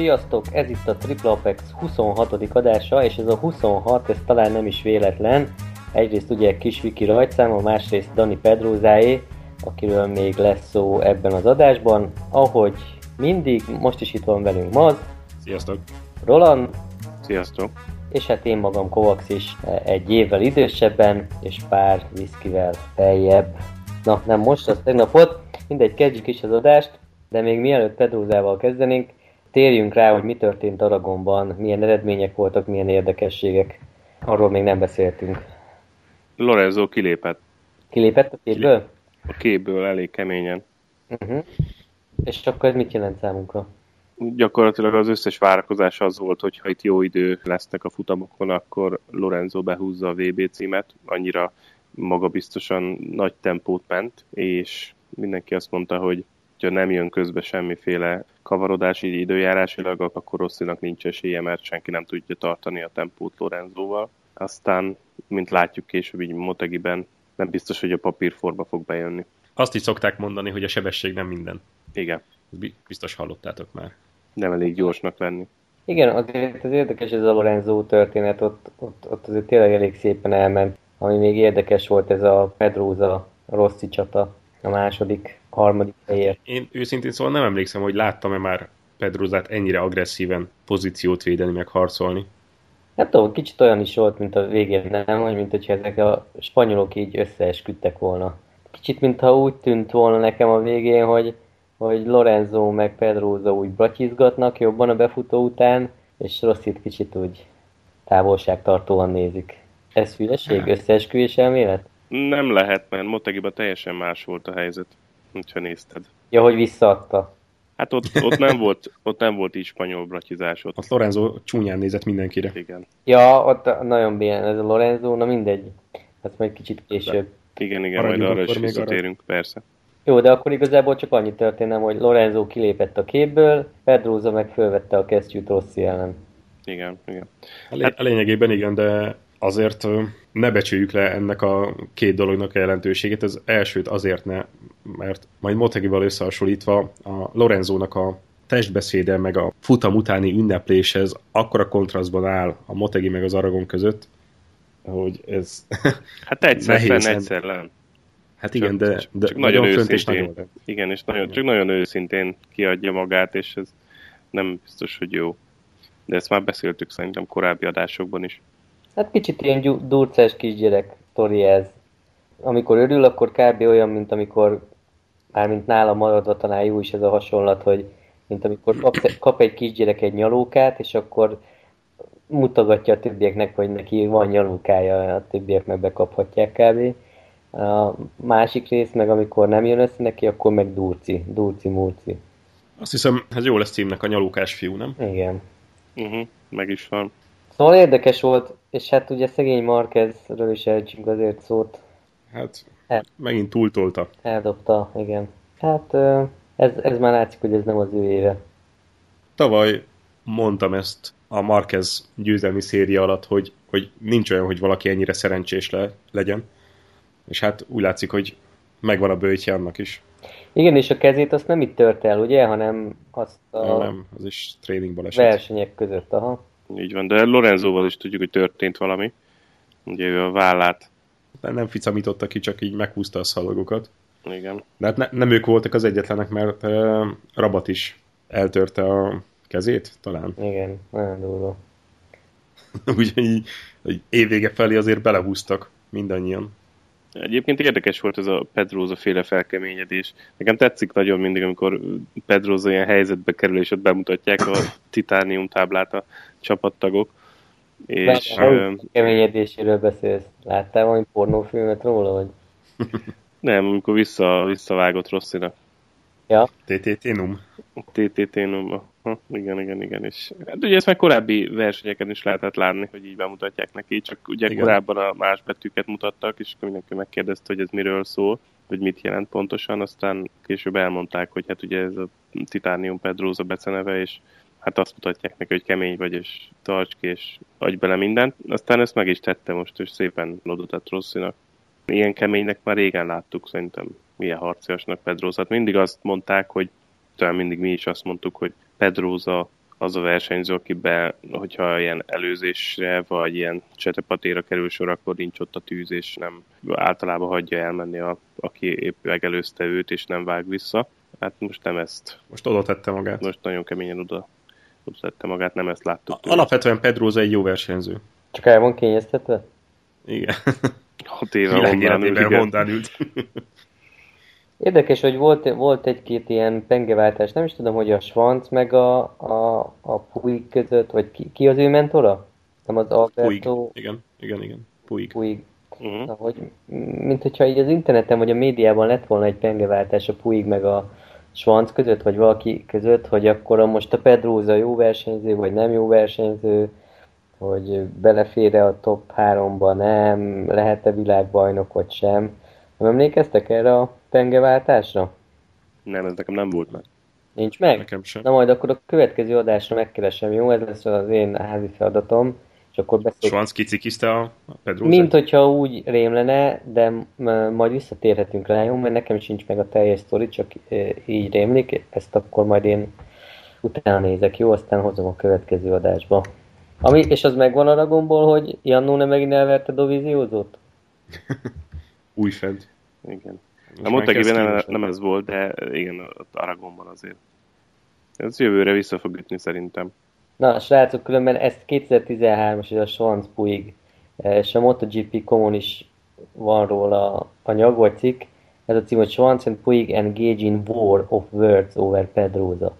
Sziasztok! Ez itt a Triple Apex 26. adása, és ez a 26, ez talán nem is véletlen. Egyrészt ugye Kis Viki rajtszáma, másrészt Dani Pedrózáé, akiről még lesz szó ebben az adásban. Ahogy mindig, most is itt van velünk Maz. Sziasztok! Roland. Sziasztok! És hát én magam, Kovacs is, egy évvel idősebben, és pár viszkivel feljebb. Na, nem most, az tegnap volt. Mindegy, kezdjük is az adást, de még mielőtt Pedrózával kezdenénk, térjünk rá, hogy mi történt Aragonban, milyen eredmények voltak, milyen érdekességek. Arról még nem beszéltünk. Lorenzo kilépett. Kilépett a képből? A képből elég keményen. És akkor ez mit jelent számunkra? Gyakorlatilag az összes várakozás az volt, hogy ha itt jó idő lesznek a futamokon, akkor Lorenzo behúzza a VB címet. Annyira magabiztosan nagy tempót ment, és mindenki azt mondta, hogy ha nem jön közbe semmiféle kavarodás így időjárásilag, akkor Rossinak nincs esélye, mert senki nem tudja tartani a tempót Lorenzóval. Aztán, mint látjuk később így Motegiben, nem biztos, hogy a papírforma fog bejönni. Azt is szokták mondani, hogy a sebesség nem minden. Igen. Biztos hallottátok már. Nem elég gyorsnak lenni. Igen, azért az érdekes ez a Lorenzo történet, ott azért tényleg elég szépen elment. Ami még érdekes volt, ez a Pedrosa Rossi csata, a második, harmadik helyért. Én őszintén szóval nem emlékszem, hogy láttam-e már Pedrosát ennyire agresszíven pozíciót védeni, meg harcolni. Nem tudom, kicsit olyan is volt, mint a végén, nem? Hogy mint hogyha ezek a spanyolok így összeesküdtek volna. Kicsit, mintha úgy tűnt volna nekem a végén, hogy Lorenzo meg Pedrosa úgy bratyizgatnak jobban a befutó után, és Rossit kicsit úgy távolságtartóan nézik. Ez hülyeség? Összeesküvés elmélet? Nem lehet, mert Motegiben teljesen más volt a helyzet, hogyha nézted. Ja, hogy visszaadta. Hát ott nem volt így spanyol bratyizás. Ott Lorenzo csúnyán nézett mindenkire. Igen. Ja, ott nagyon bien ez a Lorenzo, na mindegy. Hát majd kicsit később. Igen, majd arra is visszatérünk, persze. Jó, de akkor igazából csak annyi történne, hogy Lorenzo kilépett a képből, Pedrosa meg fölvette a kesztyűt Rossi ellen. Igen. A lényegében igen, de azért ne becsüljük le ennek a két dolognak a jelentőségét. Az elsőt azért ne, mert majd Motegival összehasonlítva a Lorenzónak a testbeszéde meg a futam utáni ünnepléshez akkora kontrasztban áll a Motegi meg az Aragon között, hogy ez hát egyszer nem. Hát igen, de csak nagyon őszintén. Igen, és csak nagyon őszintén kiadja magát, és ez nem biztos, hogy jó. De ezt már beszéltük szerintem korábbi adásokban is. Hát kicsit ilyen durcás kisgyerek sztori ez. Amikor örül, akkor kb. Olyan, mint amikor, mármint nála maradva talán jó is ez a hasonlat, hogy mint amikor kap egy kisgyerek egy nyalókát, és akkor mutogatja a többieknek, hogy neki van nyalókája, a többiek meg bekaphatják kb. A másik rész meg, amikor nem jön össze neki, akkor meg durci-murci. Azt hiszem, ez jó lesz címnek, a nyalókás fiú, nem? Igen. Meg is van. Szóval érdekes volt, és hát ugye szegény Márquezről is elcsünk azért szót. Hát megint túltolta. Eldobta, igen. Hát ez már látszik, hogy ez nem az ő éve. Tavaly mondtam ezt a Márquez győzelmi széria alatt, hogy nincs olyan, hogy valaki ennyire szerencsés legyen. És hát úgy látszik, hogy megvan a böjtje annak is. Igen, és a kezét azt nem itt tört el, ugye, hanem azt Nem, az is tréningban esett. Versenyek között, aha. Így van, de Lorenzóval is tudjuk, hogy történt valami. Ugye ő a vállát. Nem ficamította ki, csak így meghúzta a szalagokat. Igen. De hát nem ők voltak az egyetlenek, mert Rabat is eltörte a kezét, talán. Igen, nagyon durva. Úgyhogy évvége felé azért belehúztak mindannyian. Egyébként érdekes volt ez a Pedrosa féle felkeményedés. Nekem tetszik nagyon mindig, amikor Pedrosa ilyen helyzetbe kerül, és ott bemutatják a titánium táblát a csapattagok. És keményedéséről beszélsz. Láttál valami pornófilmet róla, vagy? Nem, amikor visszavágott Rossinak. Ja. TTT-num. TTT-num. Igen. És hát ugye ezt már korábbi versenyeken is lehetett látni, hogy így bemutatják neki, csak ugye igen. Korábban a más betűket mutattak, és mindenki megkérdezte, hogy ez miről szól, hogy mit jelent pontosan, aztán később elmondták, hogy hát ugye ez a Titanium Pedrosa beceneve, és hát azt mutatják neki, hogy kemény vagy, és tarts ki, és adj bele mindent. Aztán ezt meg is tette most, és szépen lodotett Rossinak. Ilyen keménynek már régen láttuk, szerintem milyen harciasnak Pedrosa. Hát mindig azt mondták, hogy talán mindig mi is azt mondtuk, hogy Pedrosa az a versenyző, akiben, hogyha ilyen előzésre, vagy ilyen csetepatéra kerül sor, akkor nincs ott a tűz, és nem általában hagyja elmenni, aki épp megelőzte őt, és nem vág vissza. Hát most nem ezt. Most oda tette magát. Most nagyon keményen oda tette magát, nem ezt láttuk. Alapvetően Pedrosa egy jó versenyző. Csak el van kényeztetve? Igen. 6 éve Hondán ült. Érdekes, hogy volt egy-két ilyen pengeváltás. Nem is tudom, hogy a Schwanz meg a Puig között, vagy ki az ő mentora? Nem az Alberto? Puig. Igen. Puig. Uh-huh. Na, hogy, mint hogyha így az interneten vagy a médiában lett volna egy pengeváltás a Puig meg a Schwanz között, vagy valaki között, hogy akkor most a Pedrosa jó versenyző, vagy nem jó versenyző, hogy belefér-e a top 3-ba, nem, lehet-e világbajnok, vagy sem. Nem emlékeztek erre a pengeváltásra? Nem, ez nekem nem volt meg. Nincs meg? Nekem sem. Na majd akkor a következő adásra megkeresem, jó? Ez lesz az én házi feladatom, és akkor beszéljük. Schwanz kicikizte a Pedrosa? Mint hogyha úgy rém lenne, de majd visszatérhetünk rá, jó? Mert nekem sincs meg a teljes sztori, csak így rémlik. Ezt akkor majd én utána nézek, jó? Aztán hozom a következő adásba. És az megvan a ragomból, hogy Jannó nem megint elverte Doviziozót? Újfent. Igen. A Motegiben nem ez volt, de igen, ott Aragonban azért. Ez jövőre vissza fog ütni szerintem. Na, srácok, különben ezt 2013-as, ez a Schwanz Puig, és a MotoGP Common is van róla anyag vagy cikk. Ez a cím, hogy Schwanz and Puig engage in war of words over Pedrosa.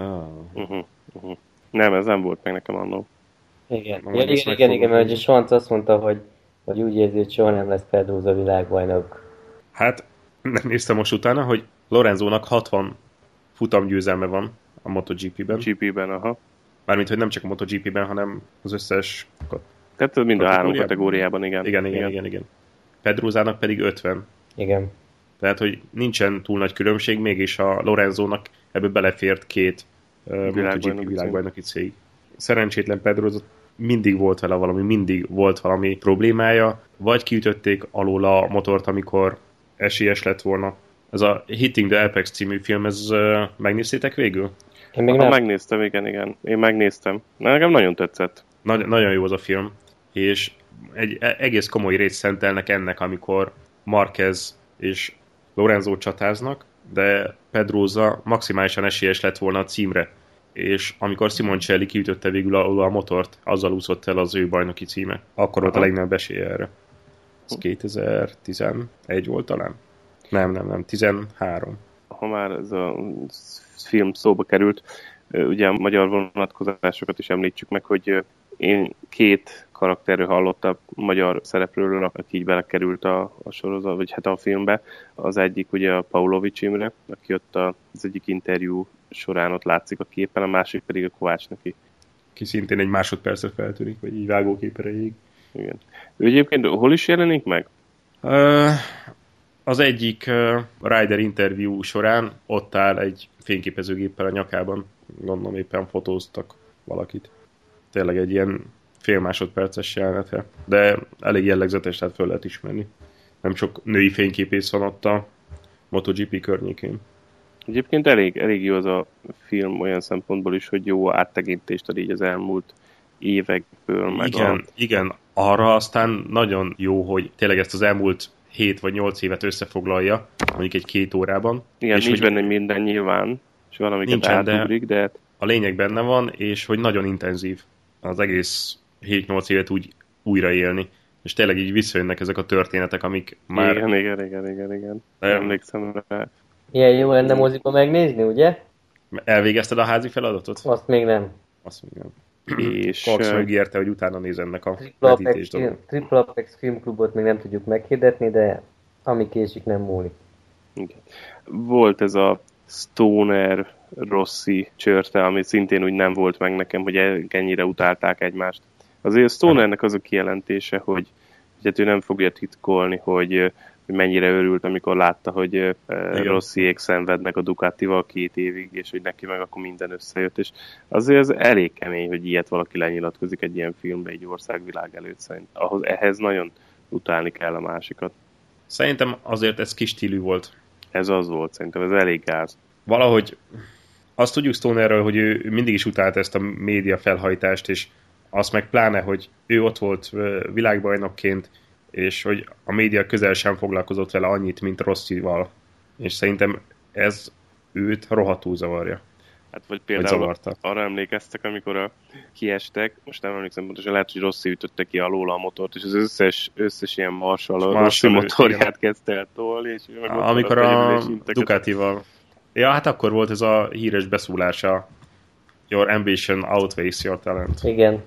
Nem, ez nem volt meg nekem annól. Igen, mert a Schwanz azt mondta, hogy úgy érzi, hogy soha nem lesz Pedrosa világbajnok. Hát, nem néztem most utána, hogy Lorenzónak 60 futamgyőzelme van a MotoGP-ben. GP-ben, aha. Mármint, hogy nem csak a MotoGP-ben, hanem az összes... Tehát mind a 3 kategóriában, igen. Igen. Pedrosának pedig 50. Igen. Tehát, hogy nincsen túl nagy különbség, mégis a Lorenzónak ebből belefért 2 MotoGP világbajnoki cég. Szerencsétlen Pedrosa mindig volt valami problémája, vagy kiütötték alól a motort, amikor esélyes lett volna. Ez a Hitting the Apex című film, ez megnéztétek végül? Én még nem. Megnéztem, igen. Én megnéztem. Nekem nagyon tetszett. Nagyon jó az a film, és egy egész komoly részt szentelnek ennek, amikor Marquez és Lorenzo csatáznak, de Pedrosa maximálisan esélyes lett volna a címre, és amikor Simoncelli kiütötte végül a motort, azzal úszott el az ő bajnoki címe. Akkor volt a legnagyobb esélye erre. Ez 2011 volt talán? Nem, 13. Ha már ez a film szóba került, ugye a magyar vonatkozásokat is említsük meg, hogy én 2 karakterről hallottam magyar szereplőről, aki így belekerült a sorozat, vagy hát a filmbe. Az egyik ugye a Paulovics Imre, aki ott az egyik interjú során ott látszik a képen, a másik pedig a Kovács neki. Ki szintén egy másodpercre feltűnik, vagy így vágókép erejéig. Igen. Ő egyébként hol is jelenik meg? Az egyik Rider interjú során ott áll egy fényképezőgéppel a nyakában. Gondolom éppen fotóztak valakit. Tényleg egy ilyen fél másodperces jelenetre. De elég jellegzetes, tehát föl lehet ismerni. Nem sok női fényképész van ott a MotoGP környékén. Egyébként elég jó az a film olyan szempontból is, hogy jó áttekintést ad így az elmúlt évekből. Meg igen, arra aztán nagyon jó, hogy tényleg ezt az elmúlt 7 vagy 8 évet összefoglalja, mondjuk egy 2 órában. Igen, és nincs benne minden nyilván, és valamiket átugrik, de... A lényeg benne van, és hogy nagyon intenzív az egész 7-8 évet úgy újraélni. És tényleg így visszajönnek ezek a történetek, amik már... Igen. Emlékszem rá. Ilyen jó lenne moziba megnézni, ugye? Elvégezted a házi feladatot? Azt még nem. És Cox megígérte, hogy utána néz ennek a vetítés dolog. Triple Apex filmklubot még nem tudjuk meghirdetni, de ami késik, nem múlik. Igen. Volt ez a Stoner Rossi csörte, ami szintén úgy nem volt meg nekem, hogy ennyire utálták egymást. Azért a Stonernek az a kijelentése, hogy ő nem fogja titkolni, hogy mennyire örült, amikor látta, hogy Rossiék szenvednek a Ducatival 2 évig, és hogy neki meg akkor minden összejött, és azért ez elég kemény, hogy ilyet valaki lenyilatkozik egy ilyen filmbe egy országvilág előtt szerint. Ehhez nagyon utálni kell a másikat. Szerintem azért ez kis stílű volt. Ez az volt, szerintem ez elég gáz. Valahogy azt tudjuk Stonerről, hogy ő mindig is utálta ezt a média felhajtást, és azt meg pláne, hogy ő ott volt világbajnokként, és hogy a média közel sem foglalkozott vele annyit, mint Rossival. És szerintem ez őt rohadtul zavarja. Hát vagy például arra emlékeztek, amikor kiestek, most nem emlékszem pontosan, lehet, hogy Rossi ütötte ki alól a motort, és az összes ilyen Marshall a Rossi motorját kezdte el tolni, és amikor a Ducatival. Ja, hát akkor volt ez a híres beszólása. Your ambition outweighs your talent. Igen.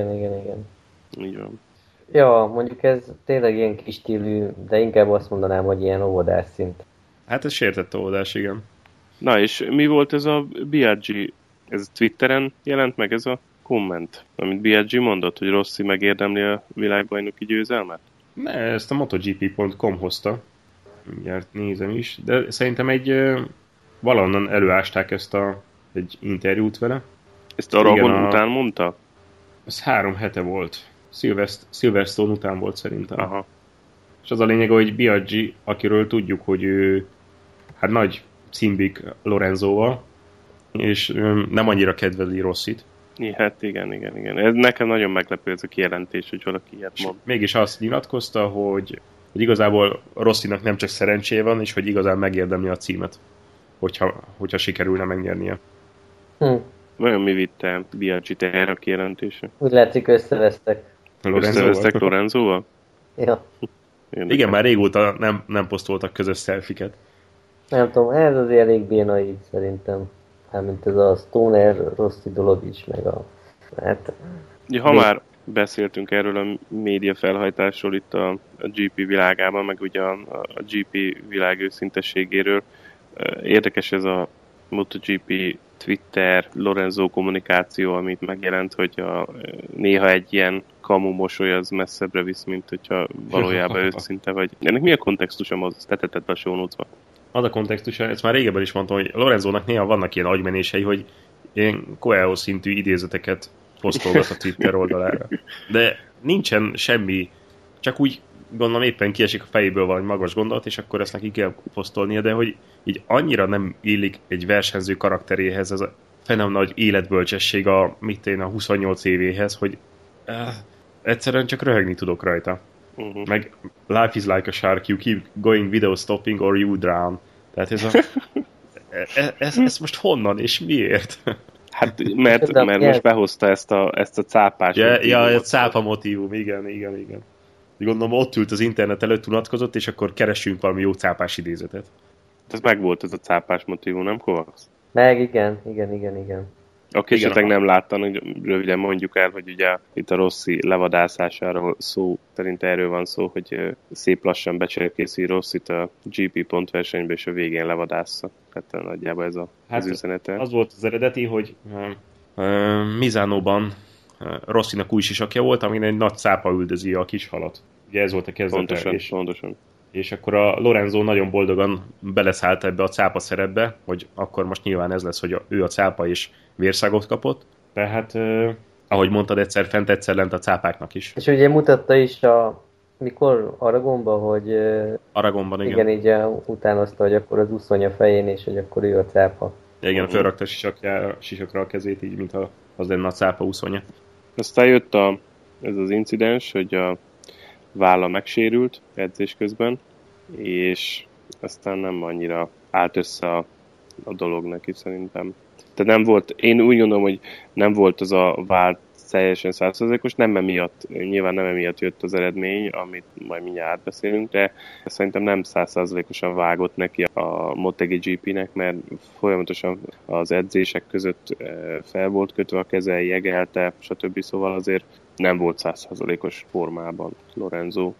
Így van. Ja, mondjuk ez tényleg ilyen kis stílű, de inkább azt mondanám, hogy ilyen óvodás szint. Hát ez sértett óvodás, igen. Na és mi volt ez a Biaggi? Ez Twitteren jelent meg ez a komment, amit Biaggi mondott, hogy Rossi megérdemli a világbajnoki győzelmet? Ne, ezt a MotoGP.com hozta. Mindjárt nézem is, de szerintem valahonnan előásták egy interjút vele. Ezt Aragon után mondta? Ez 3 hete volt. Silverstone után volt szerintem. Aha. És az a lényeg, hogy Biaggi, akiről tudjuk, hogy ő hát nagy címbik Lorenzóval, és nem annyira kedveli Rossit. Hát igen. Ez nekem nagyon meglepő ez a kijelentés, hogy valaki ilyet mond. Mégis azt nyilatkozta, hogy igazából Rossinak nem csak szerencséje van, és hogy igazán megérdemli a címet, hogyha sikerülne megnyernie. Vajon mi vitte Biaggi-t erre a kijelentésre? Úgy látszik, összevesztek. Összevesztek Lorenzóval? Ja. Igen, már régóta nem posztoltak közös szelfiket. Nem tudom, ez azért elég béna így szerintem. Hát, mint ez a Stoner Rossi dolog is, meg a... Hát... Ja, ha már beszéltünk erről a média felhajtásról itt a GP világában, meg ugye a GP világ őszintességéről. Érdekes ez a MotoGP Twitter, Lorenzo kommunikáció, amit megjelent, hogy néha egy ilyen kamu mosoly az messzebbre visz, mint hogyha valójában őszinte vagy. Ennek mi a kontextusa, az te tetted be a show notes-ba? Az a kontextusa, ezt már régebben is mondtam, hogy Lorenzónak néha vannak ilyen agymenései, hogy ilyen Coelho szintű idézeteket posztolgat a Twitter oldalára. De nincsen semmi, csak úgy gondolom éppen kiesik a fejéből valami magas gondolat, és akkor ezt neki kell posztolnia, de hogy így annyira nem illik egy versenyző karakteréhez ez a fenem nagy életbölcsesség a 28 évéhez, hogy egyszerűen csak röhögni tudok rajta. Meg life is like a shark, you keep going without stopping or you drown. Tehát ez most honnan és miért? Hát mert most behozta ezt a cápás motívumot. Ja, a cápa motívum, igen. Gondolom ott ült az internet előtt, unatkozott, és akkor keressünk valami jó cápás idézetet. Ez meg volt ez a cápás motívum, nem Kovacs? Meg, igen. Aki esetleg nem láttan, hogy röviden mondjuk el, hogy ugye itt a Rossi levadászásáról szerint erről van szó, hogy szép lassan becserkészi Rossit a GP pontversenybe, és a végén levadásza. Hát nagyjából ez az üzenete. Az volt az eredeti, hogy Misánóban Rossinak új sisakja volt, amin egy nagy cápa üldözi a kis halat. Ugye ez volt a kezdete. Pontosan. És akkor a Lorenzo nagyon boldogan beleszállt ebbe a cápa szerepbe, hogy akkor most nyilván ez lesz, hogy ő a cápa és vérszágot kapott. Tehát, ahogy mondtad, egyszer fent, egyszer lent a cápáknak is. És ugye mutatta is mikor Aragonban, hogy... Aragonban, igen. Igen, így utánozta, hogy akkor az úszonya fején, és hogy akkor ő a cápa. Igen, fölrakta sisakra a kezét, így, mintha az lenne a cápa úszonya. Aztán jött ez az incidens, hogy a válla megsérült edzés közben, és aztán nem annyira állt össze a dolog neki szerintem. Tehát nem volt, én úgy gondolom, hogy nem volt az a váll teljesen 100%-os, nyilván nem emiatt jött az eredmény, amit majd mindjárt átbeszélünk, de szerintem nem 100%-osan vágott neki a MotoGP-nek, mert folyamatosan az edzések között fel volt kötve a keze, jegelte, stb. Szóval azért nem volt 100%-os formában Lorenzo.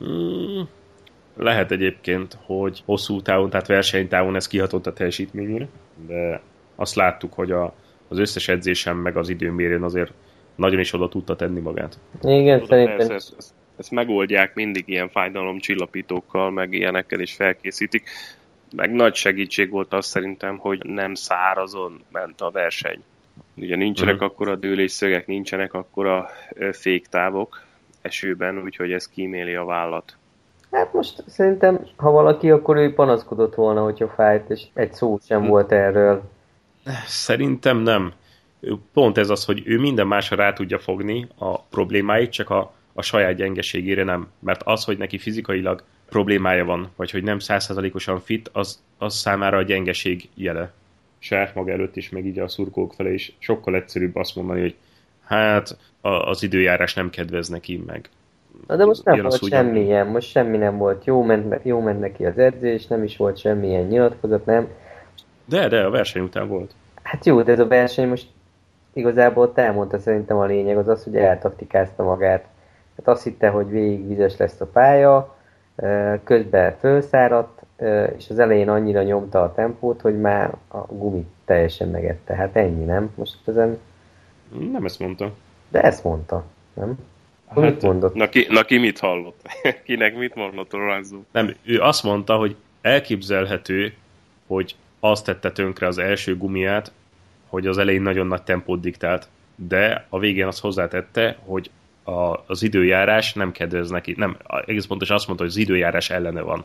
Lehet egyébként, hogy hosszú távon, tehát versenytávon ez kihatott a teljesítményére, de azt láttuk, hogy az összes edzésem meg az időmérőn azért nagyon is oda tudta tenni magát. Igen, szerintem. Ezt megoldják mindig ilyen fájdalomcsillapítókkal, meg ilyenekkel is felkészítik. Meg nagy segítség volt az szerintem, hogy nem szárazon ment a verseny. Ugye nincsenek akkora dőlésszögek, nincsenek akkora féktávok esőben, úgyhogy ez kíméli a vállat. Hát most szerintem, ha valaki, akkor ő panaszkodott volna, hogyha fájt, és egy szó sem volt erről. Szerintem nem. Pont ez az, hogy ő minden másra rá tudja fogni a problémáit, csak a saját gyengeségére nem. Mert az, hogy neki fizikailag problémája van, vagy hogy nem 100%-osan fit, az számára a gyengeség jele. Saját maga előtt is, meg így a szurkolók felé is sokkal egyszerűbb azt mondani, hogy hát az időjárás nem kedvez neki, meg Na de most nem volt semmilyen, most semmi nem volt. Jó ment neki az edzés, nem is volt semmilyen nyilatkozat, nem. De a verseny után volt. Hát jó, de ez a verseny most igazából ott elmondta, szerintem a lényeg az, hogy eltaktikázta magát. Hát azt hitte, hogy végig vizes lesz a pálya, közben felszáradt, és az elején annyira nyomta a tempót, hogy már a gumi teljesen megette. Hát ennyi, nem? Most ezen... Nem ezt mondta. De ezt mondta, nem? Hát, mit mondott? Na ki mit hallott? Kinek mit mondott Lorenzo? Nem, ő azt mondta, hogy elképzelhető, hogy azt tette tönkre az első gumiát, hogy az elején nagyon nagy tempót diktált, de a végén azt hozzátette, hogy az időjárás nem kedvez neki. Nem, egész pontosan azt mondta, hogy az időjárás ellene van.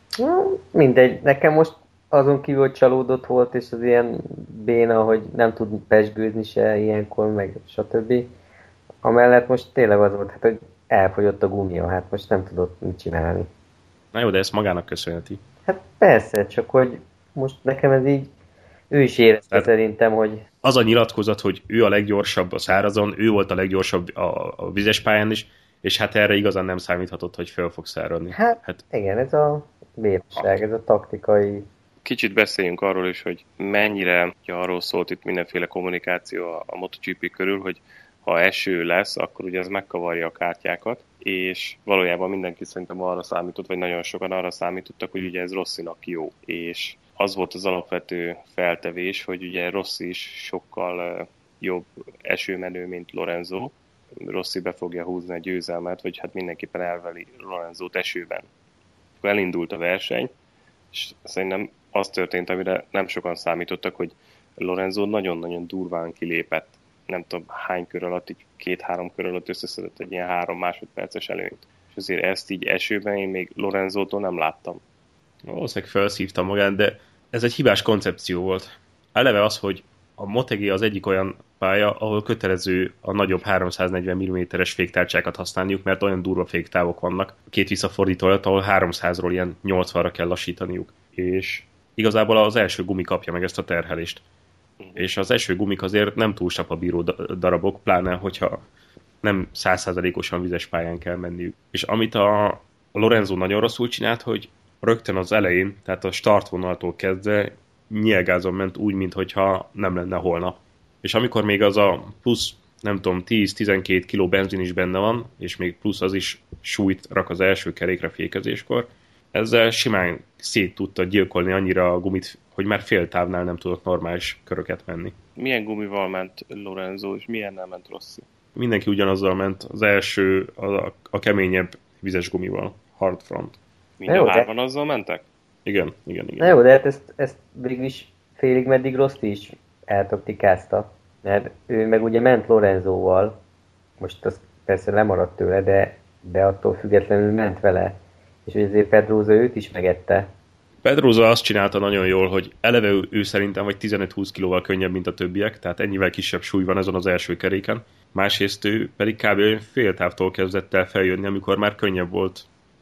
Mindegy, nekem most azon kívül, hogy csalódott volt, és az ilyen béna, hogy nem tud pezsgőzni se ilyenkor, meg stb. Amellett most tényleg az volt, hát, hogy elfogyott a gumia, hát most nem tudott mit csinálni. Na jó, de ezt magának köszönheti. Hát persze, csak hogy most nekem ez így, ő is érezte szerintem, hogy... Az a nyilatkozat, hogy ő a leggyorsabb a szárazon, ő volt a leggyorsabb a vizes pályán is, és hát erre igazán nem számíthatott, hogy föl fog száradni. Hát igen, ez a bírság, ez a taktikai... Kicsit beszéljünk arról is, hogy mennyire arról szólt itt mindenféle kommunikáció a MotoGP körül, hogy ha eső lesz, akkor ugye ez megkavarja a kártyákat, és valójában mindenki szerintem arra számított, vagy nagyon sokan arra számítottak, hogy ugye ez Rossinak jó. És az volt az alapvető feltevés, hogy ugye Rossi is sokkal jobb esőmenő, mint Lorenzo. Rossi be fogja húzni a győzelmet, vagy hát mindenképpen elveli Lorenzót esőben. Akkor elindult a verseny, és szerintem az történt, amire nem sokan számítottak, hogy Lorenzo nagyon-nagyon durván kilépett. Nem tudom hány kör alatt, így 2-3 kör alatt összeszedett egy ilyen 3 másodperces előnyt. És azért ezt így esőben én még Lorenzótól nem láttam. Valószínűleg felszívta magát, de ez egy hibás koncepció volt. Eleve az, hogy a Motegi az egyik olyan pálya, ahol kötelező a nagyobb 340 mm-es féktárcsákat használniuk, mert olyan durva féktávok vannak. Két visszafordító alatt, ahol 300-ról ilyen 80-ra kell lassítaniuk. És igazából az első gumi kapja meg ezt a terhelést. És az első gumik azért nem túl sapabíró darabok, pláne hogyha nem 100%-osan vizes pályán kell menniük. És amit a Lorenzo nagyon rosszul csinált, hogy rögtön az elején, tehát a startvonaltól kezdve nyilgázon ment úgy, mintha nem lenne holnap. És amikor még az a plusz, nem tudom, 10-12 kiló benzin is benne van, és még plusz az is súlyt rak az első kerékre fékezéskor, ezzel simán szét tudta gyilkolni annyira a gumit, hogy már fél távnál nem tudott normális köröket menni. Milyen gumival ment Lorenzo, és milyennel ment Rossi? Mindenki ugyanazzal ment, az első a keményebb vizes gumival, hard front. Mind a hárman azzal mentek? Igen. Na jó, de hát ezt végül is félig meddig Rossi is eltaktikázta, mert ő meg ugye ment Lorenzóval, most az persze lemaradt tőle, de attól függetlenül ment vele, és azért Pedrosa őt is megette. Pedrosa azt csinálta nagyon jól, hogy eleve ő szerintem vagy 15-20 kilóval könnyebb, mint a többiek, tehát ennyivel kisebb súly van ezen az első keréken. Másrészt ő pedig kb. Fél távtól kezdett el feljönni, amikor már könnyebb volt,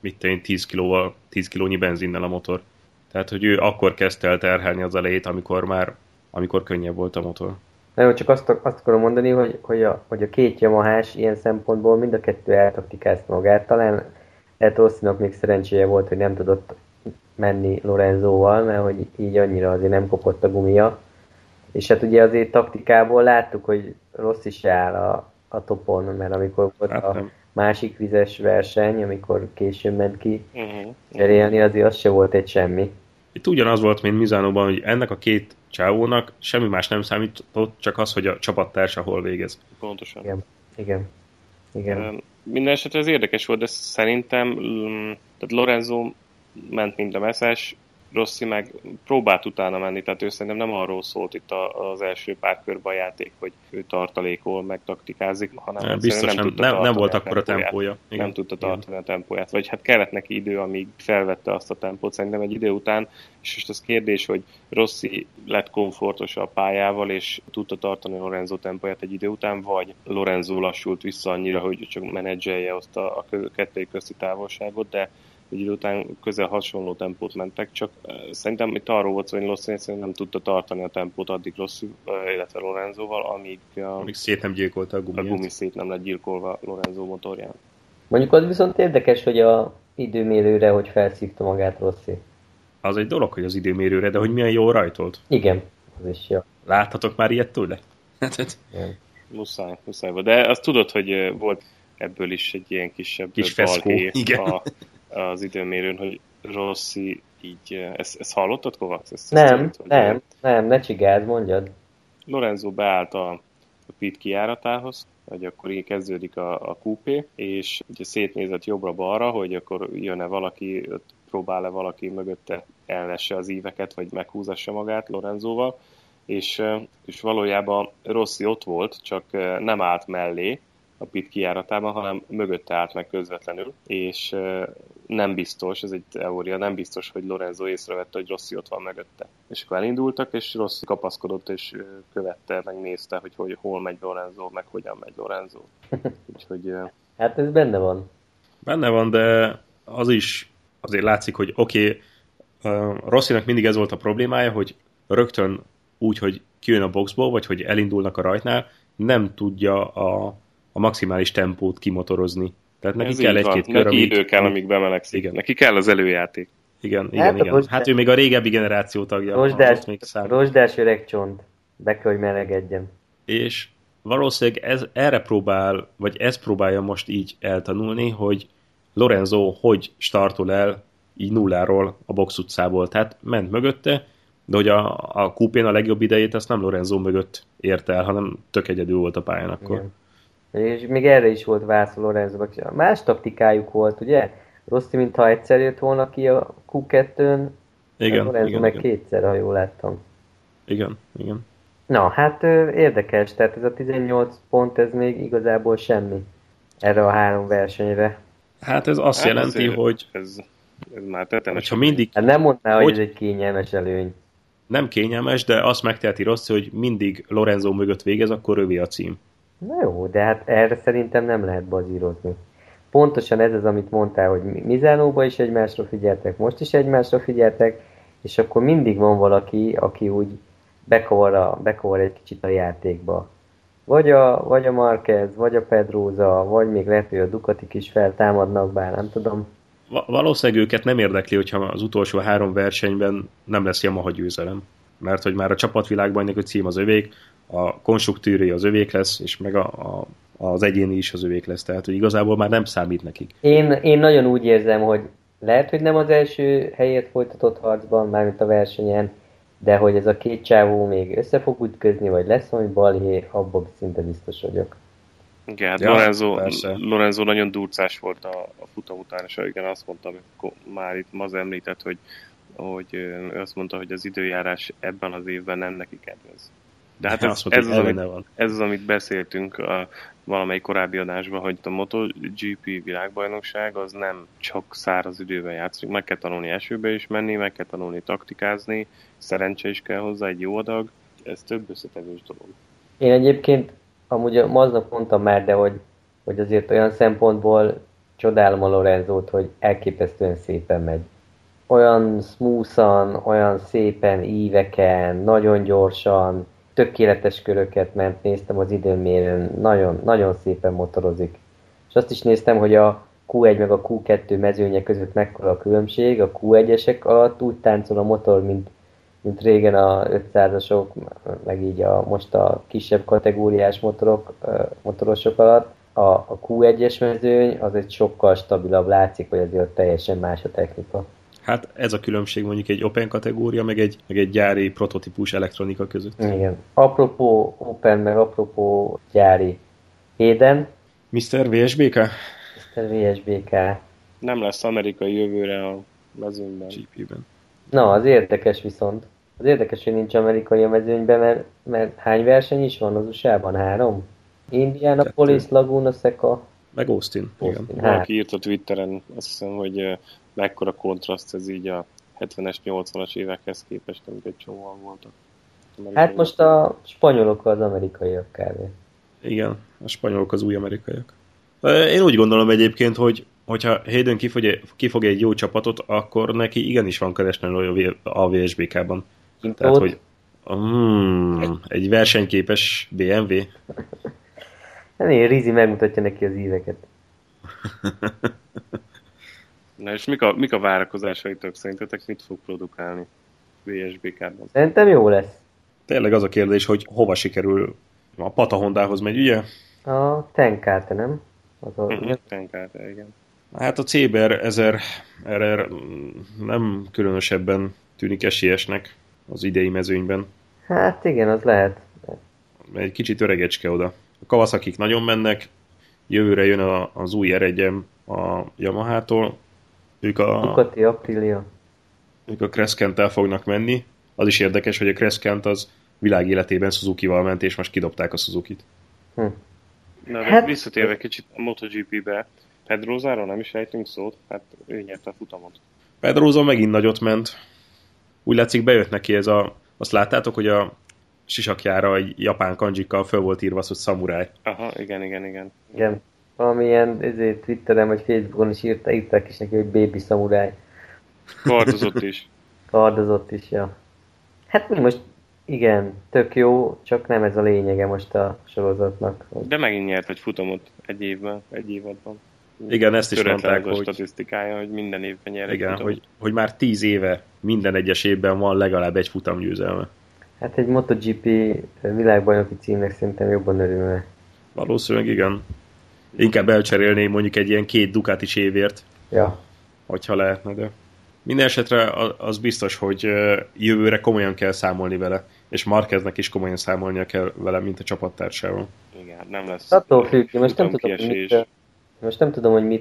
10 kilónyi benzinnel a motor. Tehát, hogy ő akkor kezdte el terhelni az elejét, amikor könnyebb volt a motor. Na jó, csak azt akarom mondani, hogy a két Yamahás ilyen szempontból mind a kettő eltaktikázta magát. Talán lehet Rossinak még szerencséje volt, hogy nem tudott menni Lorenzóval, mert hogy így annyira azért nem kopott a gumia. És hát ugye azért taktikából láttuk, hogy Rossi se áll a topon, mert amikor volt a másik vizes verseny, amikor későn ment ki cserélni, azért az se volt egy semmi. Itt ugyanaz volt, mint Misánóban, hogy ennek a két csávónak semmi más nem számított, csak az, hogy a csapattársa hol végez. Pontosan. Igen. Minden esetre ez érdekes volt, de szerintem tehát Lorenzo ment mint a messzes, Rossi meg próbált utána menni, tehát ő szerintem nem arról szólt itt az első pár körben a játék, hogy ő tartalékol, meg taktikázik, hanem biztos nem volt akkor a tempója. Igen, nem tudta tartani a tempóját, vagy hát kellett neki idő, amíg felvette azt a tempót. Szerintem egy idő után, és most az kérdés, hogy Rossi lett komfortos a pályával, és tudta tartani Lorenzo tempóját egy idő után, vagy Lorenzo lassult vissza annyira, hogy csak menedzselje azt a kettőjük közti távolságot, de egy idő után közel hasonló tempót mentek, csak szerintem itt arról volt szó, hogy Rossi nem tudta tartani a tempót addig Rossi, illetve Lorenzóval, amíg szét nem gyilkolta a gumit. A gumi szét nem lett gyilkolva Lorenzo motorján. Mondjuk az viszont érdekes, hogy a időmérőre, hogy felszívta magát Rossi. Az egy dolog, hogy az időmérőre, de hogy milyen jól rajtolt. Igen, az is jó. Láthatok már ilyet tőle? Muszáj volt. De azt tudod, hogy volt ebből is egy ilyen kisebb balhé az időmérőn, hogy Rossi így... Ezt hallottad, Kovacs? Nem, ne csigázz, mondjad. Lorenzo beállt a pit kijáratához, hogy akkor így kezdődik a kupé, és ugye szétnézett jobbra-balra, hogy akkor jön-e valaki, próbál-e valaki mögötte ellesse az íveket, vagy meghúzassa magát Lorenzóval, és valójában Rossi ott volt, csak nem állt mellé a pit kijáratában, hanem mögötte állt meg közvetlenül, és nem biztos, ez egy teória, nem biztos, hogy Lorenzo észrevette, hogy Rossi ott van mögötte. És akkor elindultak, és Rossi kapaszkodott, és követte, megnézte, hogy hol megy Lorenzo, meg hogyan megy Lorenzo. Úgyhogy... Hát ez benne van. Benne van, de az is azért látszik, hogy oké, Rossinak mindig ez volt a problémája, hogy rögtön úgy, hogy kijön a boxból, vagy hogy elindulnak a rajtnál, nem tudja a maximális tempót kimotorozni. Tehát neki kell egy-két kör, neki idő kell, amíg bemelegszik. Igen. Neki kell az előjáték. Igen. Hát ő még a régebbi generáció tagja. Rozsdás öreg csont. Be kell, hogy melegedjen. És valószínűleg ezt próbálja most így eltanulni, hogy Lorenzo hogy startol el így nulláról a box utcából. Tehát ment mögötte, de hogy a kupén a legjobb idejét ezt nem Lorenzo mögött ért el, hanem tök egyedül volt a pályán akkor. Igen. És még erre is volt válasz a Lorenzo-nak. Más taktikájuk volt, ugye? Rossi, mintha egyszer jött volna ki a Q2-n, Lorenzo meg kétszer, ha jól láttam. Igen. Na, hát érdekes, tehát ez a 18 pont, ez még igazából semmi erre a 3 versenyre. Hát ez azt jelenti, hogy ez már tetemes. Ha mindig... Hát nem mondná, hogy ez egy kényelmes előny. Nem kényelmes, de azt megteheti Rossi, hogy mindig Lorenzo mögött végez, akkor övé a cím. Na jó, de hát erre szerintem nem lehet bazírozni. Pontosan ez az, amit mondtál, hogy Misánóban is egymásra figyeltek, most is egymásra figyeltek, és akkor mindig van valaki, aki úgy bekavar egy kicsit a játékba. Vagy a Marquez, vagy a Pedrosa, vagy még lehet, hogy a Ducatik is feltámadnak, bár nem tudom. Valószínűleg őket nem érdekli, hogyha az utolsó 3 versenyben nem lesz Yamaha győzelem. Mert hogy már a csapatvilágbajnoki cím az övék, a konstruktőri az övék lesz, és meg az egyéni is az övék lesz. Tehát, hogy igazából már nem számít nekik. Én nagyon úgy érzem, hogy lehet, hogy nem az első helyért folytatott harcban, mármint a versenyen, de hogy ez a két csávó még össze fog ütközni, vagy lesz valami balhé, abban szinte biztos vagyok. Igen, hát Lorenzo nagyon durcás volt a futam után, és igen, azt mondta, amikor már itt Maz említett, hogy azt mondta, hogy az időjárás ebben az évben nem neki kedvez. De hát ez az, amit beszéltünk valamelyik korábbi adásban, hogy a MotoGP világbajnokság az nem csak száraz időben játszik. Meg kell tanulni esőbe is menni, meg kell tanulni taktikázni, szerencse is kell hozzá, egy jó adag. Ez több összetevős dolog. Én egyébként amúgy Maznak mondtam már, de hogy azért olyan szempontból csodálom a Lorenzót, hogy elképesztően szépen megy. Olyan smoothan, olyan szépen íveken, nagyon gyorsan, tökéletes köröket ment, néztem az időmérőn, nagyon, nagyon szépen motorozik. És azt is néztem, hogy a Q1 meg a Q2 mezőnye között mekkora a különbség, a Q1-esek alatt úgy táncol a motor, mint régen a 500-asok, meg így most a kisebb kategóriás motorosok alatt. A Q1-es mezőny az egy sokkal stabilabb, látszik, hogy azért teljesen más a technika. Hát ez a különbség mondjuk egy Open kategória, meg egy gyári prototípus elektronika között. Igen. Apropó Open, meg apropó gyári Hayden. Mr. VSBK? Mr. VSBK. Nem lesz amerikai jövőre a mezőnyben. GP-ben. Na, az érdekes viszont. Az érdekes, hogy nincs amerikai a mezőnyben, mert hány verseny is van az USA-ban? 3? Indianapolis, 2. Laguna Seca, Meg Austin, igen. Austin. Valaki írt a Twitteren, azt hiszem, hogy mekkora kontraszt ez így a 70-es, 80-as évekhez képest, amit egy csomóan voltak. Hát most a spanyolok az amerikaiak kb. Igen, a spanyolok az új amerikaiak. Én úgy gondolom egyébként, hogy hogyha Hayden kifog egy jó csapatot, akkor neki igenis van keresni a VSBK-ban. Tehát, hogy egy versenyképes BMW. Hát én Rizi megmutatja neki az íveket. Na és mik a várakozásaitok? Szerintetek mit fog produkálni VSBK-ban? Szerintem jó lesz. Tényleg az a kérdés, hogy hova sikerül. A Pata Hondához megy, ugye? A Tenkáte, nem? Tenkáte, igen. Hát a Céber 1000 RR nem különösebben tűnik esélyesnek az idei mezőnyben. Hát igen, az lehet. Egy kicsit öregecske oda. A Kawasakik nagyon mennek, jövőre jön az új R1 a Yamaha-tól. Ducati, Aprilia. Ők a Crescent-tel fognak menni. Az is érdekes, hogy a Crescent az világ életében Suzuki-val ment, és most kidobták a Suzukit. Na, hát, visszatérve kicsit a MotoGP-be, Pedrozáról nem is ejtünk szót, hát ő nyerte a futamot. Pedroza megint nagyot ment. Úgy látszik, bejött neki ez azt láttátok, hogy a sisakjára egy japán kanjikkal föl volt írva az, hogy szamuráj. Aha, igen. Igen. Valamilyen Twitteren vagy Facebookon is írták is neki, hogy baby szamuráj. Kardozott is. Kardozott is, ja. Hát mi most, igen, tök jó, csak nem ez a lényege most a sorozatnak. De megint nyert egy futamot egy évadban. Igen, ezt is mondták, hogy statisztikája, hogy minden évben nyer egy futamot. hogy már 10 éve minden egyes évben van legalább egy futamgyőzelme. Hát egy MotoGP világbajnoki címnek szerintem jobban örülne. Valószínűleg igen. Inkább elcserélném mondjuk egy ilyen 2 Ducatis évért. Ja. Hogyha lehetne, de minden esetre az biztos, hogy jövőre komolyan kell számolni vele, és Marqueznek is komolyan számolnia kell vele, mint a csapattársával. Igen, nem lesz. Attól függ, most nem tudom, hogy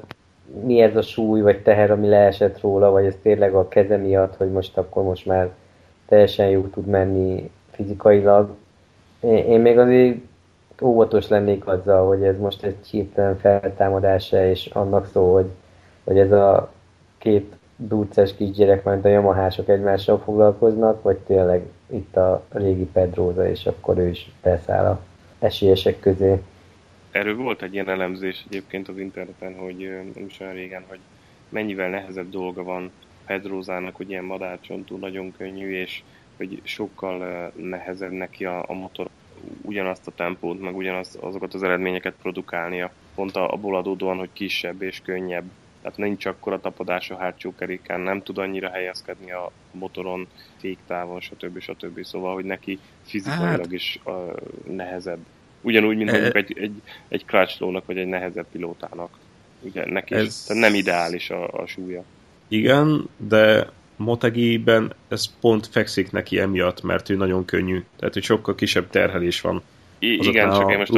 mi ez a súly, vagy teher, ami leesett róla, vagy ez tényleg a keze miatt, hogy most már teljesen jó tud menni fizikailag. Én még azért óvatos lennék azzal, hogy ez most egy hirtelen feltámadása, és annak szól, hogy ez a 2 durces kisgyerek, majd a Yamahások egymással foglalkoznak, vagy tényleg itt a régi Pedroza, és akkor ő is beszáll a esélyesek közé. Erről volt egy ilyen elemzés egyébként az interneten, hogy nem is olyan régen, hogy mennyivel nehezebb dolga van Pedrozának, hogy ilyen madárcsontú, nagyon könnyű, és hogy sokkal nehezebb neki a motor ugyanazt a tempót, meg azokat az eredményeket produkálnia. Pont abból adódóan, hogy kisebb és könnyebb. Tehát nincs akkora tapadás a hátsó keréken, nem tud annyira helyezkedni a motoron, féktávon, stb. Szóval, hogy neki fizikailag is nehezebb. Ugyanúgy, mint mondjuk egy Crutchlow-nak, vagy egy nehezebb pilótának. Ugye neki nem ideális a súlya. Igen, de Motegi-ben ez pont fekszik neki emiatt, mert ő nagyon könnyű. Tehát, hogy sokkal kisebb terhelés van. Igen, csak én most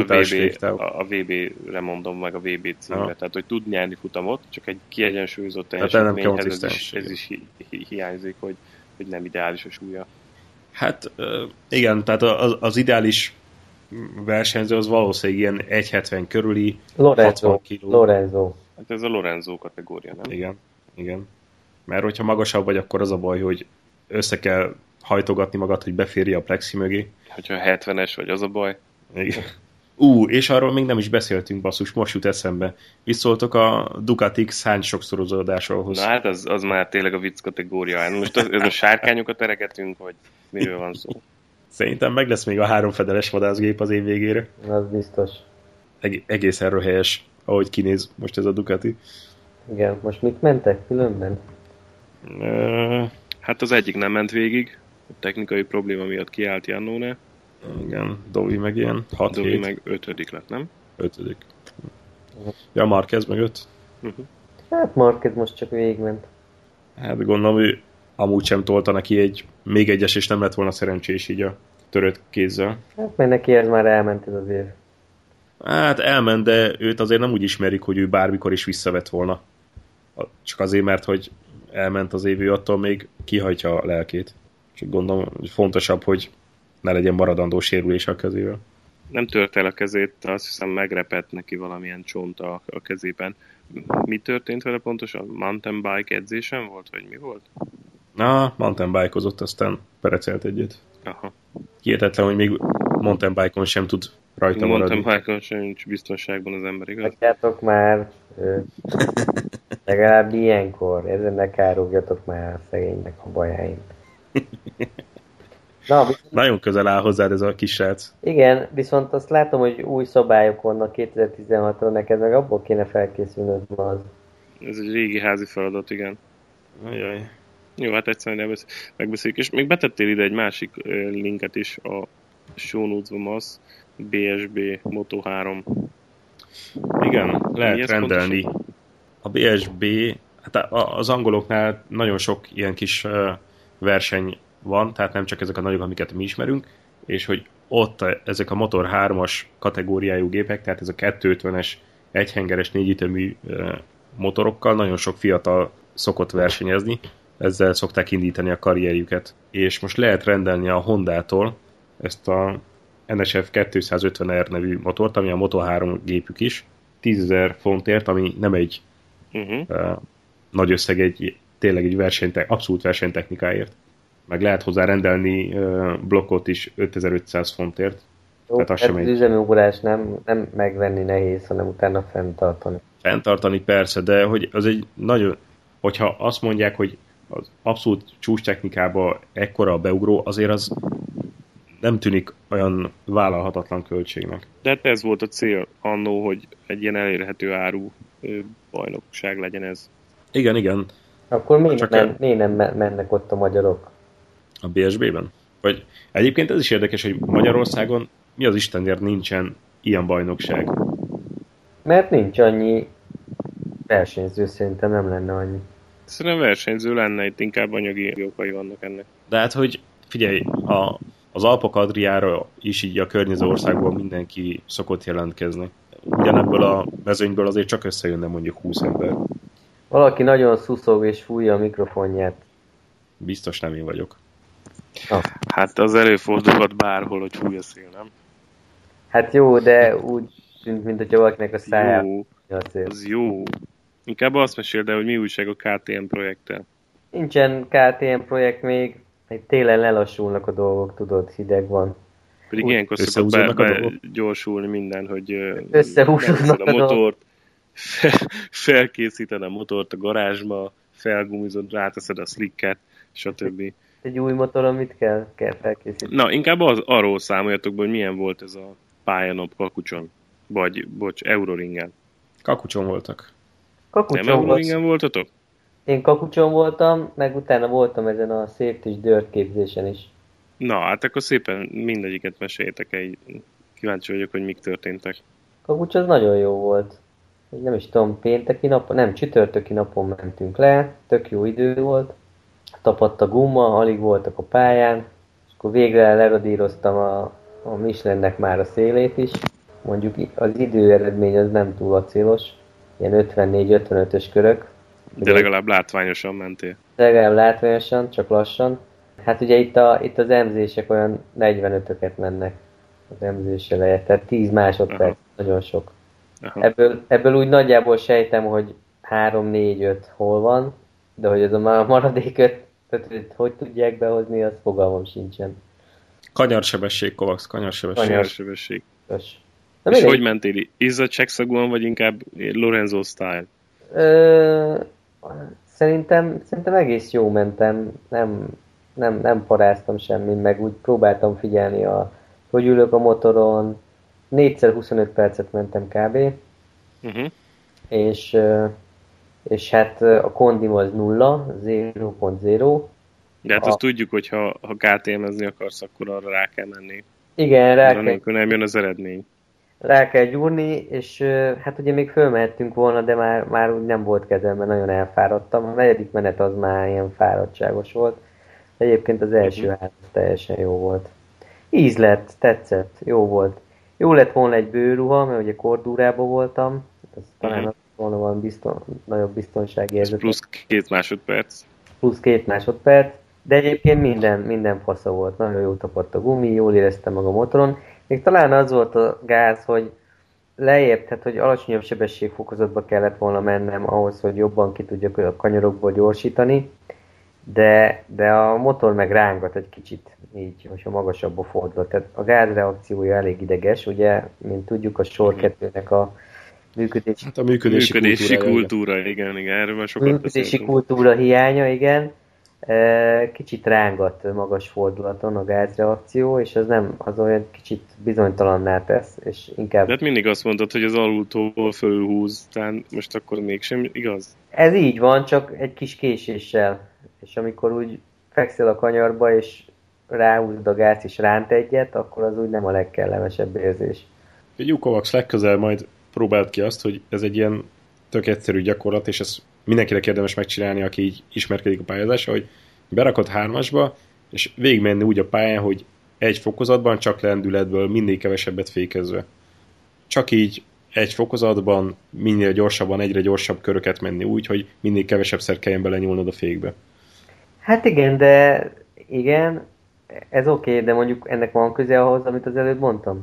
a VB-re mondom meg a VB címre. Tehát, hogy tud nyerni futamot, csak egy kiegyensúlyozott teljesítményhez ez is hiányzik, hogy nem ideális a súlya. Hát igen, tehát az ideális versenyző az valószínűleg ilyen 1,70 körüli, 60 kiló. Lorenzo. Hát ez a Lorenzo kategória, nem? Igen. Mert hogyha magasabb vagy, akkor az a baj, hogy össze kell hajtogatni magad, hogy beférje a plexi mögé. Hogyha 70-es vagy, az a baj. Igen. És arról még nem is beszéltünk, basszus, most jut eszembe. Visszoltok a Ducatik szány sokszorozódáshoz. Na hát az már tényleg a vicc kategória. Most ez a sárkányokat eregetünk, vagy miről van szó? Szerintem meg lesz még a 3 fedeles vadászgép az év végére. Az biztos. Egészen röhelyes, ahogy kinéz most ez a Ducati. Igen, most mit mentek különben? Hát az egyik nem ment végig, a technikai probléma miatt kiállt Iannone. Igen, Dovi meg ilyen 6-7. Dovi meg 5. lett, nem? 5. Ja, Marquez meg 5. Hát Marquez most csak végigment. Hát gondolom, ő amúgy sem tolta neki még egyes, és nem lett volna szerencsés így a törött kézzel. Hát mert neki ez már elment ez az év. Hát elment, de őt azért nem úgy ismerik, hogy ő bármikor is visszavett volna. Csak azért, mert hogy elment az évő, attól még kihajtja a lelkét. Csak gondolom, hogy fontosabb, hogy ne legyen maradandó sérülés a kezével. Nem tört el a kezét, azt hiszem megrepett neki valamilyen csont a kezében. Mi történt vele pontosan? Mountain bike edzésen volt, vagy mi volt? Na, mountain bike-ozott, aztán perecelt egyet. Aha. Hihetetlen, hogy még mountain bike-on sem tud rajta maradni. Mountain bike-on sem nincs biztonságban az ember, igaz? Hagyjátok már, legalább ilyenkor, ezen ne károgjatok már a szegénynek a bajáin. Na, nagyon közel áll hozzád ez a kis srác. Igen, viszont azt látom, hogy új szabályok vannak 2016-ról, neked meg abból kéne felkészülnöd ma az. Ez egy régi házi feladat, igen. Ajaj. Jó, hát egyszerűen megbeszéljük. És még betettél ide egy másik linket is a show notes-ban, az BSB Moto 3. Igen, lehet rendelni. A BSB, hát az angoloknál nagyon sok ilyen kis verseny van, tehát nem csak ezek a nagyok, amiket mi ismerünk, és hogy ott ezek a Motor 3-as kategóriájú gépek, tehát ez a 250-es, egyhengeres, négyütemű motorokkal nagyon sok fiatal szokott versenyezni, ezzel szokták indítani a karrierjüket. És most lehet rendelni a Hondától ezt a NSF 250R nevű motort, ami a Moto3 gépük is, 10.000 fontért, ami nem egy nagy összeg, tényleg egy abszolút versenytechnikáért. Meg lehet hozzá rendelni blokkot is 5500 fontért. Jó, tehát az üzemügrás nem megvenni nehéz, hanem utána fenntartani. Fenntartani persze, de hogy az egy nagyon, hogyha azt mondják, hogy az abszolút csúcs technikába ekkora a beugró, azért az nem tűnik olyan vállalhatatlan költségnek. De hát ez volt a cél annó, hogy egy ilyen elérhető áru bajnokság legyen ez. Igen, igen. Akkor miért nem mennek ott a magyarok? A BSB-ben? Vagy egyébként ez is érdekes, hogy Magyarországon mi az Istenért nincsen ilyen bajnokság? Mert nincs annyi versenyző, szerintem nem lenne annyi. Szerintem versenyző lenne, itt inkább anyagi okai vannak ennek. De hát, hogy figyelj, az Alpok Adriára is így a környező országból mindenki szokott jelentkezni. Ugyanebből a mezőnyből azért csak összejönne mondjuk 20 ember. Valaki nagyon szuszog és fújja a mikrofonját. Biztos nem én vagyok. Hát az előfordulhat bárhol, hogy fúj a szél, nem? Hát jó, de úgy tűnt, mint hogyha valakinek a szájában a szél. Az jó. Inkább azt meséld el, hogy mi újság a KTM projekttel. Nincsen KTM projekt még. Télen lelassulnak a dolgok, tudod, hideg van. Pedig ilyenkor szokott gyorsulni minden, hogy összehúzódnak a motort, felkészíted a motort a garázsba, felgumizod, ráteszed a slicket, stb. Egy új motoron mit kell felkészíteni? Na, inkább arról számoljatok be, hogy milyen volt ez a pályanap Kakucson. Vagy, Euroringen. Kakucson voltak. Nem Euroringen voltatok? Én Kakucson voltam, meg utána voltam ezen a safety dirt képzésen is. Na, hát akkor szépen mindegyiket meséljétek el. Kíváncsi vagyok, hogy mik történtek. Kakucs az nagyon jó volt. Nem is tudom, pénteki napon, nem, csütörtöki napon mentünk le, tök jó idő volt. Tapadt a gumma, alig voltak a pályán, és akkor végre leradíroztam a Michelinnek már a szélét is. Mondjuk az időeredmény az nem túl acélos, ilyen 54-55-ös körök. De legalább látványosan mentél. Legalább látványosan, csak lassan. Hát ugye itt az emzések olyan 45-öket mennek az emzés eleje, tehát 10 másodperc, aha, nagyon sok. Ebből úgy nagyjából sejtem, hogy 3-4-5 hol van, de hogy ez a maradék 5, hogy tudják behozni, az fogalmam sincsen. Kanyarsebesség, Kovacs, kanyarsebesség. És hogy mentél? Izzadságszagúan, vagy inkább Lorenzo style? Szerintem egész jó mentem, nem paráztam semmin, meg úgy próbáltam figyelni, hogy ülök a motoron, 4x 25 percet mentem kb. És hát a kondim az 0, 0.0. De hát azt tudjuk, hogy ha KTM-ezni akarsz, akkor arra rá kell menni. Igen, nélkül nem jön az eredmény. Rá kell gyúrni, és hát ugye még fölmehettünk volna, de már úgy nem volt kedvem, mert nagyon elfáradtam. A 4. menet az már ilyen fáradtságos volt. Egyébként az első három teljesen jó volt. Íz lett, tetszett, jó volt. Jó lett volna egy bőruha, mert ugye kordúrában voltam. Ez talán volna valami nagyobb biztonsági érzet. Plusz 2 másodperc. plusz 2 másodperc, de egyébként minden fasza volt, nagyon jó tapadt a gumi, jól éreztem magam a motoron. Még talán az volt a gáz, hogy lejjebb, tehát hogy alacsonyabb sebességfokozatba kellett volna mennem ahhoz, hogy jobban ki tudjak a kanyarokból gyorsítani, de a motor meg rángat egy kicsit, így, hogyha magasabb a fordulat. Tehát a gázreakciója elég ideges, ugye, mint tudjuk, a sor 2-nek a működési, hát a működési kultúra, igen, erről már sokat működési kultúra hiánya, igen. Kicsit rángat magas fordulaton a gázreakció, és az olyan kicsit bizonytalanná tesz, és inkább... De hát mindig azt mondtad, hogy az alultóból fölhúz, tehát most akkor mégsem igaz? Ez így van, csak egy kis késéssel. És amikor úgy fekszel a kanyarba, és ráhúzod a gázt, és ránt egyet, akkor az úgy nem a legkellemesebb érzés. Jukovacs legközelebb majd próbált ki azt, hogy ez egy ilyen tök egyszerű gyakorlat, és ez mindenkinek érdemes megcsinálni, aki így ismerkedik a pályázásra, hogy berakod 3-asba, és végigmenni úgy a pályán, hogy egy fokozatban, csak lendületből, mindig kevesebbet fékezve. Csak így egy fokozatban, minél gyorsabban, egyre gyorsabb köröket menni úgy, hogy mindig kevesebbszer kelljen belenyúlnod a fékbe. Hát igen, ez oké, de mondjuk ennek van köze ahhoz, amit az előbb mondtam?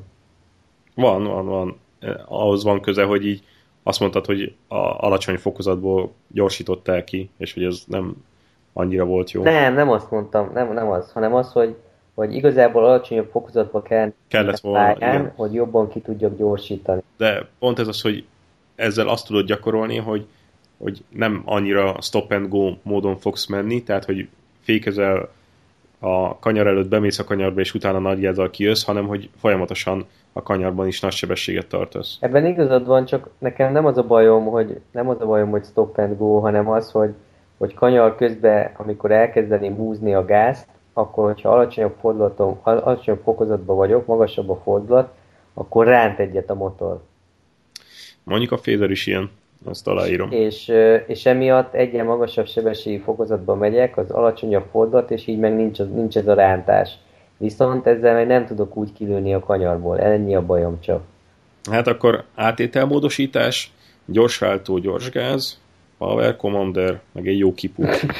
Van. Ahhoz van köze, hogy így azt mondtad, hogy alacsony fokozatból gyorsítottál ki, és hogy ez nem annyira volt jó. Nem azt mondtam, nem az, hanem az, hogy igazából alacsonyabb fokozatba kellett volna, pályán, hogy jobban ki tudjak gyorsítani. De pont ez az, hogy ezzel azt tudod gyakorolni, hogy nem annyira stop and go módon fogsz menni, tehát hogy fékezel a kanyar előtt, bemész a kanyarba, és utána nagy gázzal kijössz, hanem hogy folyamatosan a kanyarban is nagy sebességet tartasz. Ebben igazad van, csak nekem nem az a bajom, hogy stop and go, hanem az, hogy kanyar közben, amikor elkezdeném húzni a gázt, akkor, hogyha alacsonyabb fokozatban vagyok, magasabb a fordulat, akkor ránt egyet a motor. Mondjuk a Fézer is ilyen, azt aláírom. És emiatt egyen magasabb sebességi fokozatban megyek, az alacsonyabb fordulat, és így meg nincs ez a rántás. Viszont ezzel meg nem tudok úgy kilőni a kanyarból, ennyi a bajom csak. Hát akkor átételmódosítás, gyorsváltó, gyorsgáz, Power Commander, meg egy jó kipu.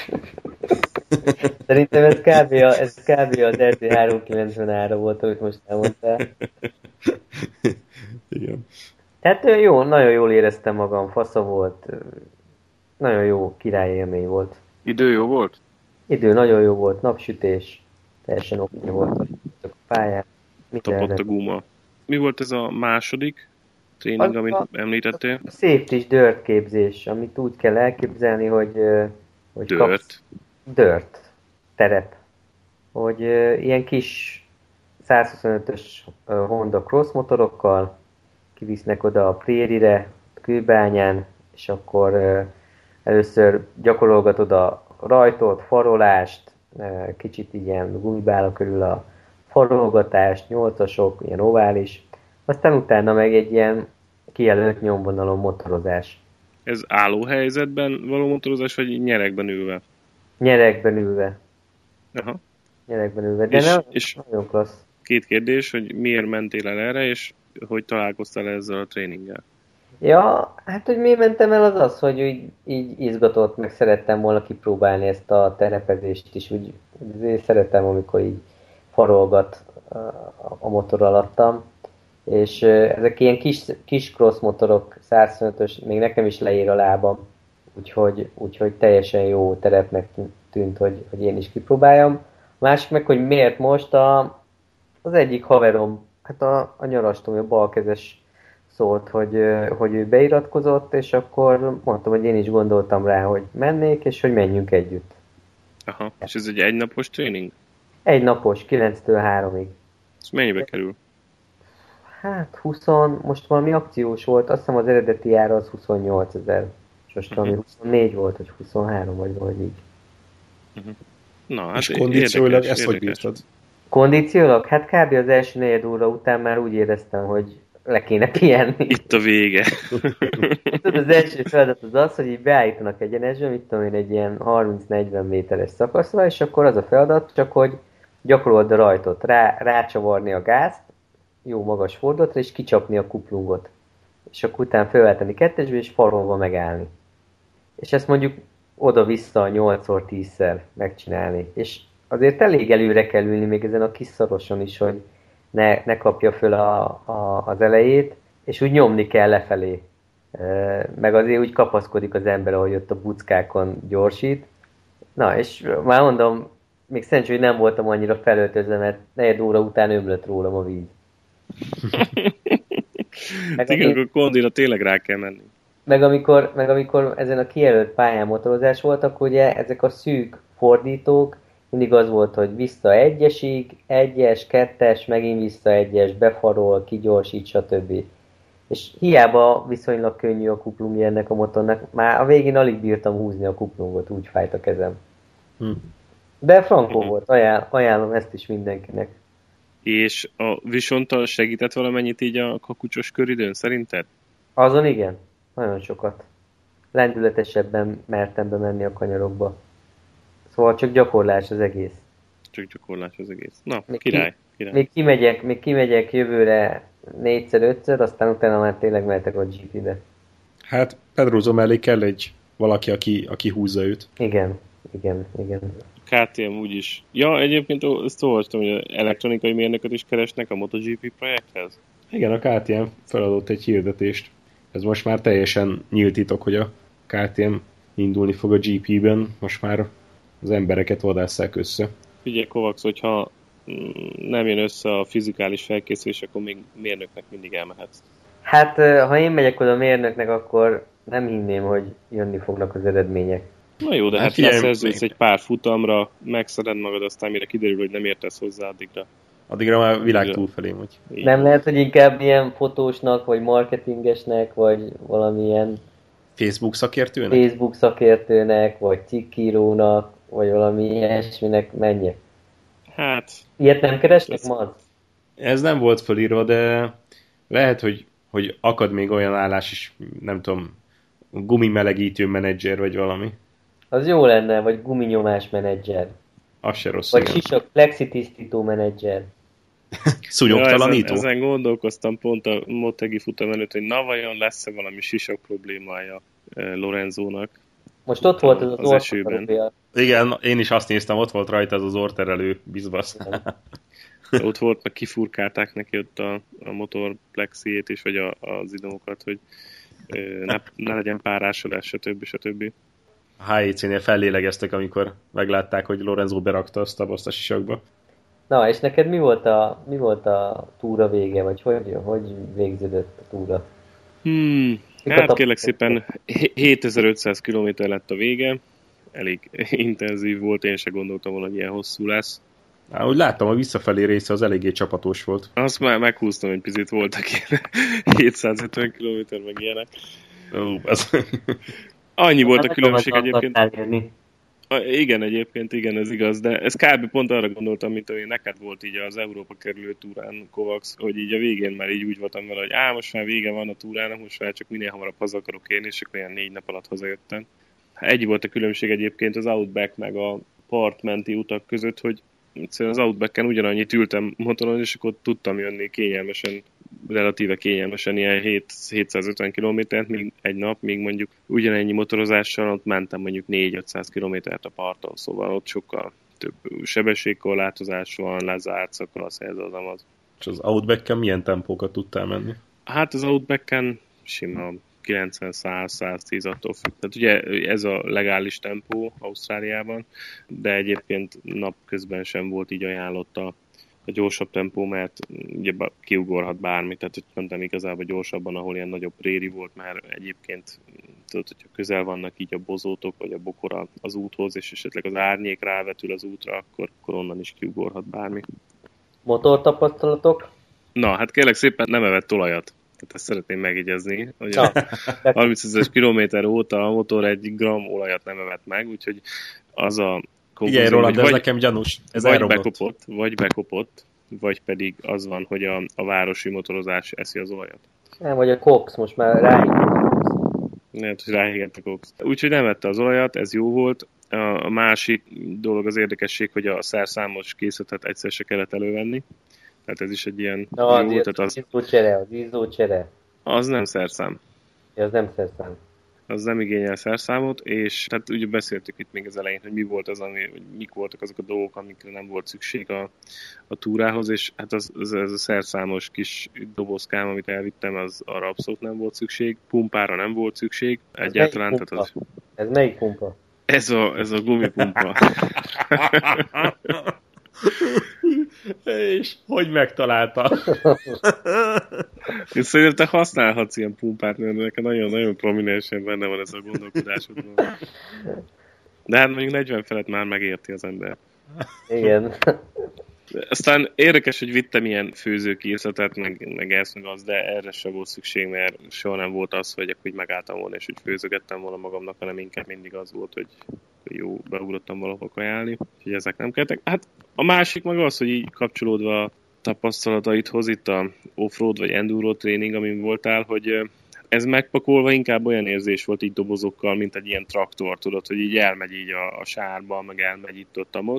Szerintem ez kb. Az RT393 volt, amit most elmondtál. Igen. Tehát jó, nagyon jól éreztem magam, fasza volt, nagyon jó királyélmény volt. Idő jó volt? Idő nagyon jó volt, napsütés, teljesen oké volt a pályán. Tapott a guma. Mi volt ez a második tréning, amit említettél? A safety dirt képzés, amit úgy kell elképzelni, hogy dirt, terep. Hogy ilyen kis 125-ös Honda cross motorokkal kivisznek oda a prairie-re, kőbányán, és akkor először gyakorolgatod a rajtot, farolást, kicsit ilyen gumibála körül a farolgatást, 8-asok, ilyen ovális, aztán utána meg egy ilyen kijelölt nyomvonalon motorozás. Ez álló helyzetben való motorozás, vagy nyerekben ülve? Nyerekben ülve. Aha. Nyerekben ülve, de és nagyon klassz. 2 kérdés, hogy miért mentél el erre, és hogy találkoztál ezzel a tréninggel? Ja, hát hogy miért mentem el az, hogy így izgatott, meg szerettem volna kipróbálni ezt a terepezést is, úgy szeretem, amikor így farolgat a motor alattam, és ezek ilyen kis cross motorok, 125-ös, még nekem is leír a lábam, úgyhogy teljesen jó terepnek tűnt, hogy én is kipróbáljam. A másik meg, hogy miért most az egyik haverom, hát a nyarastom, a balkezes szólt, hogy ő beiratkozott, és akkor mondtam, hogy én is gondoltam rá, hogy mennék, és hogy menjünk együtt. Aha, és ez egy egynapos tréning? Egynapos, 9-től 3-ig. Ez mennyibe kerül? Hát 20, most valami akciós volt, azt hiszem az eredeti ára az 28 000, és most valami 24 volt, vagy 23, vagy így. Na, hát és kondícióilag ezt hogy bírtad? Kondícióilag? Hát kb. Az első 4 óra után már úgy éreztem, hogy le kéne pihenni. Itt a vége. Tudod, az első feladat az, hogy így beállítanak egyenesbe, mit tudom én, egy ilyen 30-40 méteres szakaszra, és akkor az a feladat csak, hogy gyakorold a rajtot, rácsavarni a gázt, jó magas fordulatra, és kicsapni a kuplungot. És akkor utána felváltani kettesbe, és farolva megállni. És ezt mondjuk oda-vissza 8-10-szer megcsinálni. És azért elég előre kell ülni még ezen a kis szaroson is, hogy ne kapja föl az elejét, és úgy nyomni kell lefelé. Meg azért úgy kapaszkodik az ember, ahogy ott a buckákon gyorsít. Na, és már mondom, még szerencsé, hogy nem voltam annyira felöltözve, mert 4 óra után ömlött rólam a víz. Igen, akkor kondira tényleg rá kell menni. Meg amikor ezen a kijelölt pályán motorozás volt, akkor ugye ezek a szűk fordítók, mindig az volt, hogy vissza egyesig, egyes, kettes, megint vissza egyes, befarol, kigyorsít, stb. És hiába viszonylag könnyű a kuplungja ennek a motornak, már a végén alig bírtam húzni a kuplungot, úgy fájt a kezem. De frankó volt, ajánlom ezt is mindenkinek. És a Visonttal segített valamennyit így a kakucsos köridőn, szerinted? Azon igen, nagyon sokat. Lendületesebben mertem bemenni a kanyarokba. Szóval csak gyakorlás az egész. Csak gyakorlás az egész. Na, király. Még kimegyek jövőre 4-5-szer, aztán utána már tényleg mehetek a GP-be. Hát Pedroso mellé kell egy valaki, aki húzza őt. Igen. KTM úgyis. Ja, egyébként ezt olvastam, hogy elektronikai mérnököt is keresnek a MotoGP projekthez. Igen, a KTM feladott egy hirdetést. Ez most már teljesen nyílt titok, hogy a KTM indulni fog a GP-ben. Most már az embereket vadásszák össze. Figyelj, Kovacs, hogyha nem jön össze a fizikális felkészülés, akkor még mérnöknek mindig elmehetsz. Hát, ha én megyek oda mérnöknek, akkor nem hinném, hogy jönni fognak az eredmények. Na jó, de hát leszerződsz egy pár futamra, megszeded magad, aztán mire kiderül, hogy nem értesz hozzá addigra. Addigra már világ túlfelé vagy. Nem lehet, hogy inkább ilyen fotósnak, vagy marketingesnek, vagy valamilyen Facebook szakértőnek, vagy cikkírónak, vagy valami ilyesminek menjek. Hát... Ilyet nem keresnek ma? Ez nem volt felírva, de lehet, hogy akad még olyan állás is, nem tudom, gumimelegítő menedzser, vagy valami. Az jó lenne, vagy guminyomás menedzser. Az se rossz. Vagy sisak plexitisztító menedzser. Szúnyogtalanító? Ja, ezen gondolkoztam pont a Motegi futam előtt, hogy na vajon lesz-e valami sisak problémája Lorenzónak. Most ott volt az esőben. Igen, én is azt néztem, ott volt rajta ez az orterelő bizbasz. Ott volt, meg kifurkálták neki ott a motorplexiét is, vagy az idomókat, hogy ne legyen párásodás, stb. A HEC-nél fellélegeztek, amikor meglátták, hogy Lorenzo berakta azt a sisakba. Na, és neked mi volt a túra vége, vagy hogy végződött a túra? Hát kérlek szépen 7500 km lett a vége, elég intenzív volt, én se gondoltam volna, hogy ilyen hosszú lesz. Úgy láttam, a visszafelé része az eléggé csapatos volt. Azt már meghúztam, hogy picit voltak ilyen 750 km meg ilyenek. Annyi volt a különbség egyébként. Igen, egyébként, igen, ez igaz, de ez kb. Pont arra gondoltam, mint hogy neked volt így az Európa kerülő túrán, Kovacs, hogy így a végén már így úgy voltam vele, hogy most már vége van a túrának, most már csak minél hamarabb haza akarok érni, és akkor olyan 4 nap alatt hazajöttem. Egy volt a különbség egyébként az Outback meg a partmenti utak között, hogy az Outbacken ugyanannyit ültem motoron, és akkor tudtam jönni kényelmesen, relatíve kényelmesen, ilyen 750 kilométert még egy nap, még mondjuk ugyanennyi motorozással ott mentem mondjuk 400-500 kilométert a parton, szóval ott sokkal több sebességkorlátozás van, lezárt szakasz, ez az amaz. És az Outbacken milyen tempókat tudtál menni? Hát az Outbacken sima 90-100-110 attól függ. Tehát ugye ez a legális tempó Ausztráliában, de egyébként napközben sem volt így ajánlott a gyorsabb tempó, mert ugye kiugorhat bármi, tehát hogy mentem igazából gyorsabban, ahol ilyen nagyobb préri volt, mert egyébként tudod, hogyha közel vannak így a bozótok, vagy a bokor az úthoz, és esetleg az árnyék rávetül az útra, akkor onnan is kiugorhat bármi. Motortapasztalatok? Na, hát kérlek szépen nem evett olajat. Hát ezt szeretném megjegyezni, hogy 30 000 kilométer óta a motor 1 gram olajat nem evett meg, úgyhogy az a igen, Roland, de ez nekem gyanús. Ez vagy bekopott, vagy pedig az van, hogy a városi motorozás eszi az olajat. Nem, vagy a Cox, most már ráhívott. Lehet, hogy ráhívott a Cox. Úgyhogy nem vette az olajat, ez jó volt. A másik dolog az érdekesség, hogy a szerszámos készletet egyszer se kellett elővenni. Tehát ez is egy ilyen... Az izzócsere. Az nem szerszám. Az nem szerszám. az nem igényel szerszámot, és tehát ugye beszéltük itt még az elején, hogy mi volt az, hogy mik voltak azok a dolgok, amikre nem volt szükség a túrához, és hát ez a szerszámos kis dobozkám, amit elvittem, az arra abszolút nem volt szükség, pumpára nem volt szükség, egyáltalán. Ez melyik pumpa? Ez a gumipumpa. És hogy megtalálta? És szerintem te használhatsz ilyen pumpát, mert nekem nagyon-nagyon prominensen benne van ez a gondolkodásodban. De hát mondjuk 40 felett már megérti az ember. Igen. Aztán érdekes, hogy vittem ilyen főzőkészletet, meg ezt, meg az, de erre sem volt szükség, mert soha nem volt az, hogy akkor megálltam volna, és hogy főzögettem volna magamnak, hanem inkább mindig az volt, hogy jó, beugrottam valahol kajálni, úgyhogy ezek nem kellettek. Hát a másik meg az, hogy így kapcsolódva a tapasztalataidhoz, itt a offroad vagy enduro tréning, amin voltál, hogy ez megpakolva inkább olyan érzés volt így dobozokkal, mint egy ilyen traktor, tudod, hogy így elmegy így a sárba, meg elmegy itt-ott,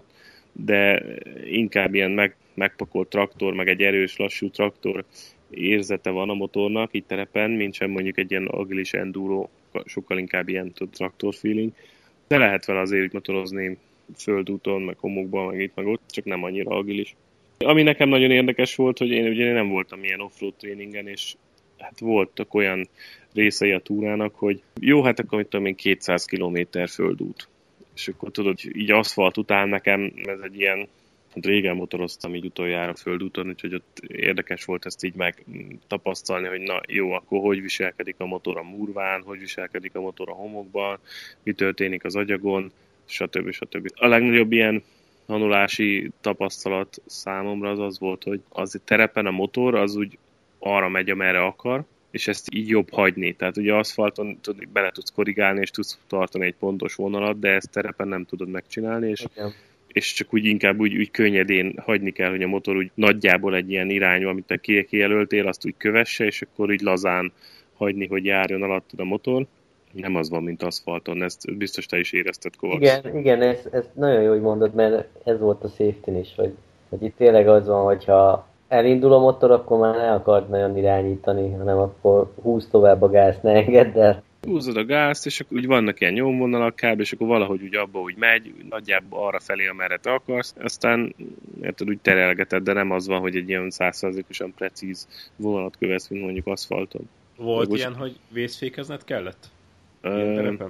de inkább ilyen megpakolt traktor, meg egy erős, lassú traktor érzete van a motornak így terepen, mint sem mondjuk egy ilyen agilis enduro, sokkal inkább ilyen traktor feeling. De lehet vele azért úgy motorozni földúton, meg homokban, meg itt, meg ott, csak nem annyira agilis. Ami nekem nagyon érdekes volt, hogy én ugye nem voltam ilyen offroad tréningen, és hát voltak olyan részei a túrának, hogy jó, hát akkor mit tudom én 200 km földút. És akkor tudod, így aszfalt után nekem ez egy ilyen, hát régen motoroztam így utoljára földúton, úgyhogy ott érdekes volt ezt így megtapasztalni, hogy na jó, akkor hogy viselkedik a motor a murván, hogy viselkedik a motor a homokban, mi történik az agyagon, stb. A legnagyobb ilyen hanulási tapasztalat számomra az volt, hogy az terepen a motor az úgy arra megy, amerre akar, és ezt így jobb hagyni. Tehát ugye aszfalton bele tudsz korrigálni, és tudsz tartani egy pontos vonalat, de ezt terepen nem tudod megcsinálni, és csak úgy inkább úgy könnyedén hagyni kell, hogy a motor úgy nagyjából egy ilyen irányú, amit te kijelöltél, azt úgy kövesse, és akkor úgy lazán hagyni, hogy járjon alattad a motor. Nem az van, mint aszfalton, ezt biztos te is érezted, Kovacs. Igen, ez nagyon jó, hogy mondod, mert ez volt a safety is, hogy itt tényleg az van, hogyha elindul a motor, akkor már ne akard nagyon irányítani, hanem akkor húz tovább a gázt, ne engedd el. Húzod a gázt, és akkor úgy vannak ilyen nyomvonalak kb, és akkor valahogy úgy abba úgy megy, nagyjából arra felé, amerre te akarsz, aztán érted, úgy terelgeted, de nem az van, hogy egy ilyen 100%-osan precíz vonalat kövesz, mint mondjuk aszfalton. Volt ilyen, hogy vészfékezned kellett? Ilyen terepen?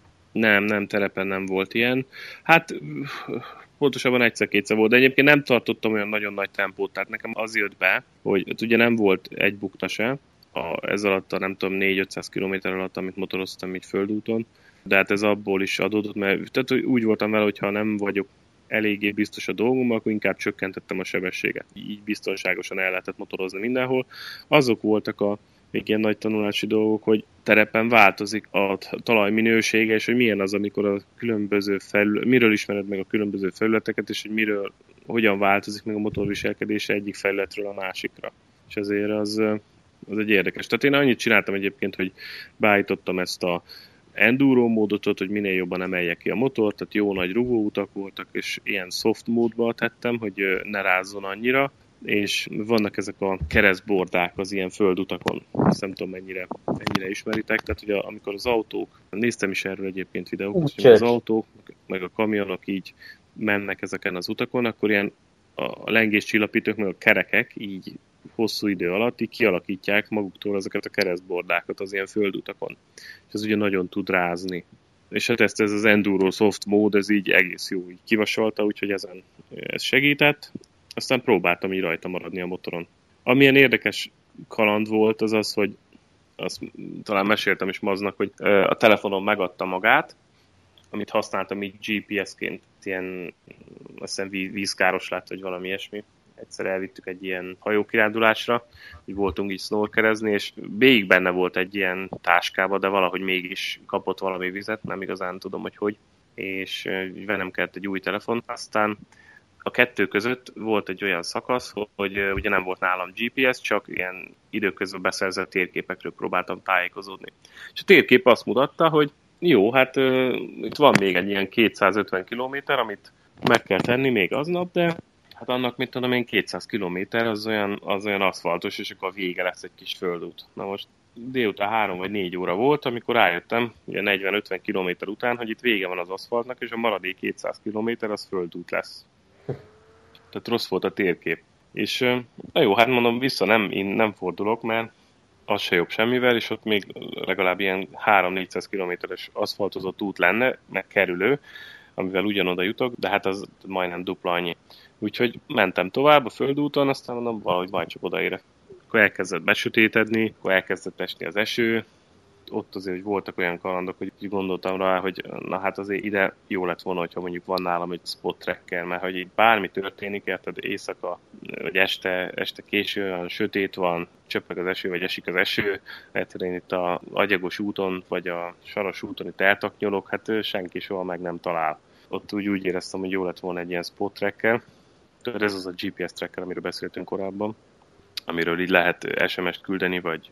Nem, terepen nem volt ilyen. Hát pontosabban egyszer-kétszer volt, de egyébként nem tartottam olyan nagyon nagy tempót, tehát nekem az jött be, hogy ugye nem volt egy bukta se, ez alatt a nem tudom 4-500 km alatt, amit motoroztam így földúton, de hát ez abból is adódott, mert tehát úgy voltam vele, hogyha nem vagyok eléggé biztos a dolgommal, akkor inkább csökkentettem a sebességet. Így biztonságosan el lehetett motorozni mindenhol. Azok voltak a még ilyen nagy tanulási dolgok, hogy terepen változik a talaj minősége, és hogy milyen az, amikor a különböző miről ismered meg a különböző felületeket, és hogy hogyan változik meg a motorviselkedése egyik felületről a másikra. És ezért az egy érdekes. Tehát én annyit csináltam egyébként, hogy beállítottam ezt a enduro módot, hogy minél jobban emelje ki a motor, tehát jó nagy rugóutak voltak, és ilyen soft módba tettem, hogy ne rázzon annyira, és vannak ezek a keresztbordák az ilyen földutakon. Azt nem tudom, mennyire ismeritek. Tehát ugye amikor az autók, néztem is erről egyébként videókat, hogy az autók, meg a kamionok így mennek ezeken az utakon, akkor ilyen a lengéscsillapítók, meg a kerekek így hosszú idő alatt így kialakítják maguktól ezeket a keresztbordákat az ilyen földutakon. És ez ugye nagyon tud rázni. És hát ez az Enduro Soft mód, ez így egész jó így kivasolta, úgyhogy ez segített. Aztán próbáltam így rajta maradni a motoron. Amilyen érdekes kaland volt, az az, hogy azt talán meséltem is Maznak, hogy a telefonom megadta magát, amit használtam így GPS-ként, ilyen azt hiszem vízkáros lett, vagy valami ilyesmi. Egyszer elvittük egy ilyen hajókirándulásra, hogy voltunk így snorkerezni, és végig benne volt egy ilyen táskába, de valahogy mégis kapott valami vizet, nem igazán tudom, hogy, és vennem kellett egy új telefon. Aztán a kettő között volt egy olyan szakasz, hogy ugye nem volt nálam GPS, csak ilyen időközben beszerzett térképekről próbáltam tájékozódni. És a térkép azt mutatta, hogy jó, hát itt van még egy ilyen 250 kilométer, amit meg kell tenni még aznap, de hát annak, mit tudom én, 200 kilométer az olyan aszfaltos, és akkor a vége lesz egy kis földút. Na most délután 3 vagy 4 óra volt, amikor rájöttem, ugye 40-50 km után, hogy itt vége van az aszfaltnak, és a maradék 200 km az földút lesz. Tehát rossz volt a térkép. És na jó, hát mondom, én nem fordulok, mert az se jobb semmivel, és ott még legalább ilyen 3-400 kilométeres aszfaltozott út lenne, meg kerülő, amivel ugyanoda jutok, de hát az majdnem dupla annyi. Úgyhogy mentem tovább a földúton, aztán mondom, valahogy majd csak odaérek. Akkor elkezdett besötétedni, akkor elkezdett esni az eső, ott azért, hogy voltak olyan kalandok, hogy gondoltam rá, hogy na hát azért ide jó lett volna, hogyha mondjuk van nálam egy spot tracker, mert hogy így bármi történik, érted éjszaka, vagy este késő, olyan sötét van, csöppeg az eső, vagy esik az eső, lehet, hogy én itt a agyagos úton, vagy a saras úton itt eltaknyolok, hát senki soha meg nem talál. Ott úgy éreztem, hogy jó lett volna egy ilyen spot tracker. Ez az a GPS tracker, amiről beszéltünk korábban, amiről így lehet SMS-t küldeni, vagy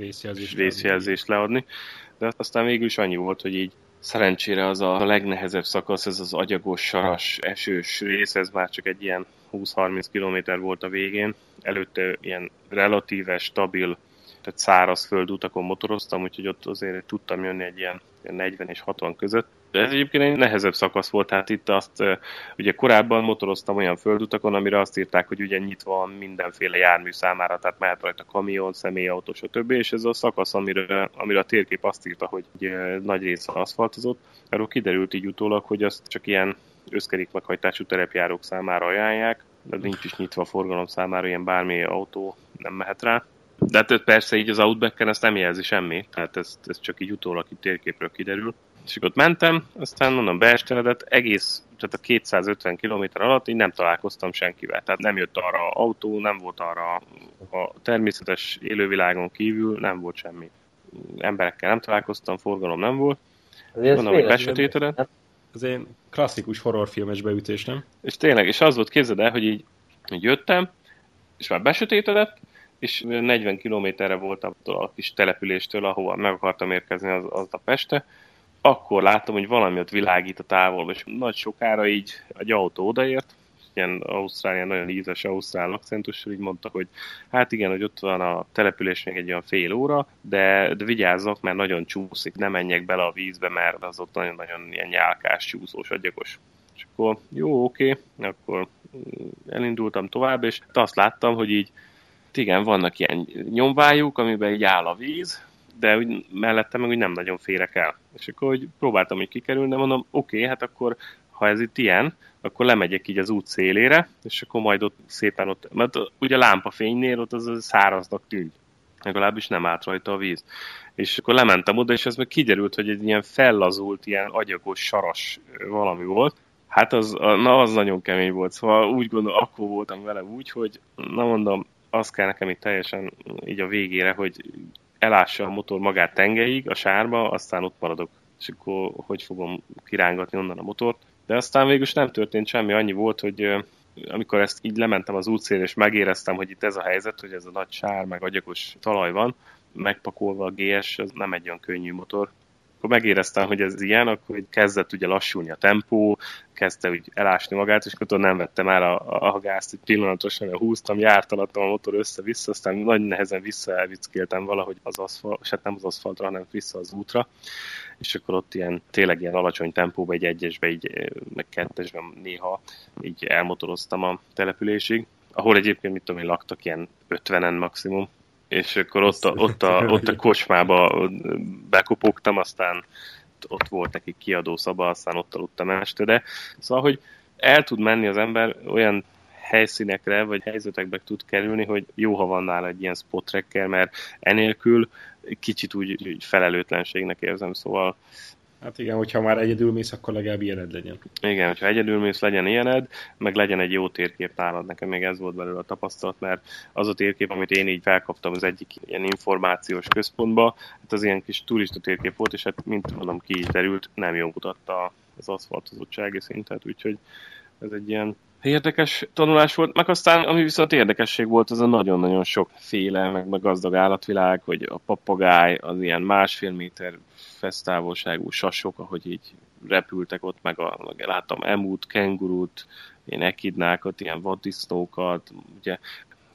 vészjelzést leadni. De aztán végül is annyi volt, hogy így szerencsére az a legnehezebb szakasz, ez az agyagos, saras, esős rész, ez már csak egy ilyen 20-30 km volt a végén. Előtte ilyen relatíve stabil, tehát száraz földutakon motoroztam, úgyhogy ott azért tudtam jönni egy ilyen 40 és 60 között. De ez egyébként egy nehezebb szakasz volt, hát itt azt, ugye korábban motoroztam olyan földutakon, amire azt írták, hogy ugye nyitva van mindenféle jármű számára, tehát mehet rajta kamion, személyautó, stb. És ez a szakasz, amire a térkép azt írta, hogy nagy része aszfaltozott, arról kiderült így utólag, hogy azt csak ilyen összkerék meghajtású terepjárók számára ajánlják, de nincs is nyitva a forgalom számára, ilyen bármi autó nem mehet rá. De hát persze így az Outbacken ezt nem jelzi semmi, tehát ez csak így utólag így térképről kiderül. És ott mentem, aztán mondom, beesteledett, tehát a 250 km alatt így nem találkoztam senkivel. Tehát nem jött arra autó, nem volt arra a természetes élővilágon kívül, nem volt semmi. Emberekkel nem találkoztam, forgalom nem volt. Mondom, hogy besötétedett. Ez egy klasszikus horrorfilmes beütés, nem? És tényleg, és az volt, képzeld el, hogy így jöttem, és már besötétedett, és 40 kilométerre voltam a kis településtől, ahova meg akartam érkezni az a Peste, akkor láttam, hogy valami ott világít a távolban, és nagy sokára így egy autó odaért, ilyen Ausztrálián nagyon ízes ausztrál akcentussal, így mondta, hogy hát igen, hogy ott van a település még egy olyan fél óra, de vigyázzak, mert nagyon csúszik, ne menjek bele a vízbe, mert az ott nagyon-nagyon ilyen nyálkás, csúszós, agyagos. És akkor jó, oké, akkor elindultam tovább, és azt láttam, hogy így igen, vannak ilyen nyomvájuk, amiben így áll a víz, de úgy mellette meg úgy nem nagyon férek el. És akkor hogy próbáltam így kikerülni, de mondom, oké, hát akkor ha ez itt ilyen, akkor lemegyek így az út szélére, és akkor majd ott szépen ott, mert ugye a lámpafénynél ott az száraznak tűnt. Legalábbis nem állt rajta a víz. És akkor lementem oda, és ez meg kiderült, hogy egy ilyen fellazult, ilyen agyagos, saras valami volt. Hát az nagyon kemény volt. Szóval úgy gondolom, akkor voltam vele úgy, hogy na mondom, az kell nekem itt teljesen így a végére, hogy elássa a motor magát tengeig a sárba, aztán ott maradok. És akkor hogy fogom kirángatni onnan a motort. De aztán végül nem történt semmi, annyi volt, hogy amikor ezt így lementem az útszélre, és megéreztem, hogy itt ez a helyzet, hogy ez a nagy sár, meg agyagos talaj van, megpakolva a GS, az nem egy olyan könnyű motor. Akkor megéreztem, hogy ez ilyen, akkor kezdett ugye lassulni a tempó, kezdte úgy elásni magát, és akkor nem vettem el a gázt, egy pillanatosan húztam, jártalattam a motor össze-vissza, aztán nagy nehezen visszaelvickéltem valahogy az aszfalt, hát nem az aszfaltra, hanem vissza az útra, és akkor ott tényleg ilyen alacsony tempóban, egy egyesbe, így, meg kettesben néha így elmotoroztam a településig, ahol egyébként, mit tudom én, laktak ilyen 50-en maximum, és akkor ott a kocsmába bekopogtam, aztán ott volt neki kiadó szaba, aztán ott aludtam este, de szóval, hogy el tud menni az ember olyan helyszínekre, vagy helyzetekbe tud kerülni, hogy jó, ha van nála egy ilyen spot tracker, mert enélkül kicsit úgy felelőtlenségnek érzem, szóval hát igen, hogyha már egyedül mész, akkor legalább ilyened legyen. Igen, hogyha egyedül mész, legyen ilyened, meg legyen egy jó térkép nálad. Nekem még ez volt belőle a tapasztalat, mert az a térkép, amit én így felkaptam az egyik ilyen információs központba, hát az ilyen kis turista térkép volt, és hát mint mondom, ki is derült, nem jól mutatta az aszfaltozottsági szintet, úgyhogy ez egy ilyen érdekes tanulás volt, meg aztán, ami viszont érdekesség volt, az a nagyon-nagyon sokféle, meg gazdag állatvilág, hogy a papagáj, az ilyen 1,5 méter fesztávolságú sasok, ahogy így repültek ott, meg láttam emút, kengurút, ilyen ekidnákat, ilyen vaddisznókat, ugye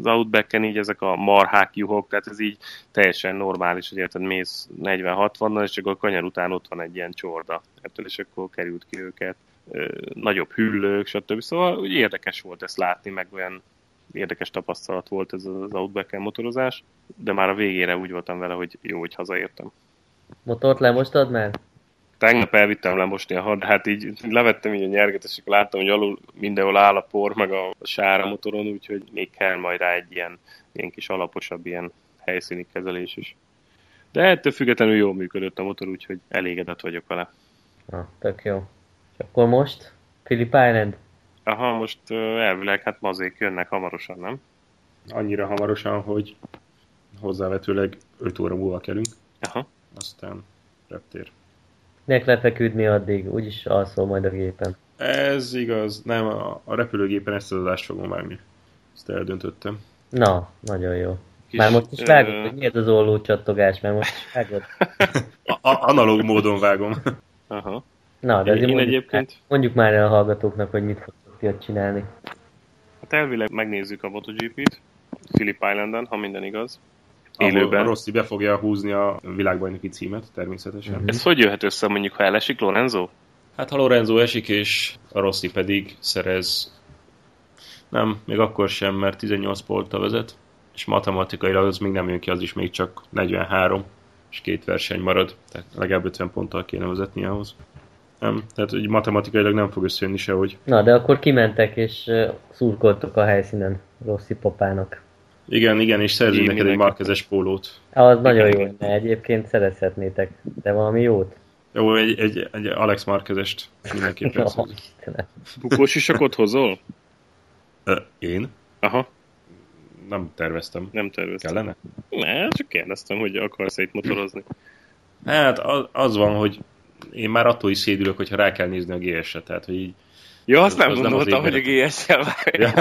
az Outbacken így ezek a marhák, juhok, tehát ez így teljesen normális, hogy érted, mész 40-60-nal, és csak a kanyar után ott van egy ilyen csorda. Ettől és akkor került ki őket. Nagyobb hüllők, stb. Szóval úgy érdekes volt ezt látni, meg olyan érdekes tapasztalat volt ez az Outbacken motorozás, de már a végére úgy voltam vele, hogy jó, hogy hazaértem. Motort lemostad már? Tegnap elvittem lemosni a de hát így levettem így a nyerget, és láttam, hogy alul mindenhol áll a por, meg a sára motoron, úgyhogy még kell majd rá egy ilyen kis alaposabb ilyen helyszíni kezelés is. De ettől függetlenül jól működött a motor, úgyhogy elégedett vagyok vele. Tök jó. És akkor most? Phillip Island? Aha, most elvileg hát mazék jönnek hamarosan, nem? Annyira hamarosan, hogy hozzávetőleg 5 óra múlva kelünk. Aha. Aztán reptér. Nek lefeküdni addig, úgyis alszol majd a gépen. Ez igaz, nem, a repülőgépen ezt az adást fogom vágni. Ezt eldöntöttem. Na, nagyon jó. Már most is vágod, hogy mi ez az olló csattogás, mert most is vágod? Analóg módon vágom. Aha. Na, de azért egyébként... mondjuk már el a hallgatóknak, hogy mit fogtok ti ott csinálni. Hát elvileg megnézzük a MotoGP-t Phillip Islanden, ha minden igaz. Élőben. A Rossi be fogja húzni a világbajnoki címet, természetesen. Uh-huh. Ez hogy jöhet össze, mondjuk, ha elesik Lorenzo? Hát ha Lorenzo esik, és a Rossi pedig szerez... Nem, még akkor sem, mert 18 ponttal vezet, és matematikailag az még nem jön ki, az is még csak 43, és 2 verseny marad, tehát legalább 50 ponttal kéne vezetni ahhoz. Nem, tehát hogy matematikailag nem fog összejönni sehogy. Na, de akkor kimentek, és szurkoltok a helyszínen Rossi papának. Igen, és szerzünk neked egy Marquezes pólót. Az nagyon jó, mert egyébként szerezhetnétek, de valami jót. Jó, egy Alex Marquezest mindenképpen szerzünk. Bukós isakot hozol? Én? Aha. Nem terveztem. Nem terveztem. Kellene? Ne, csak kérdeztem, hogy akarsz itt motorozni. Hát az van, hogy én már attól is szédülök, hogyha rá kell nézni a GS-re, tehát hogy így... Ja, azt nem gondoltam, hogy a GS-sel várja.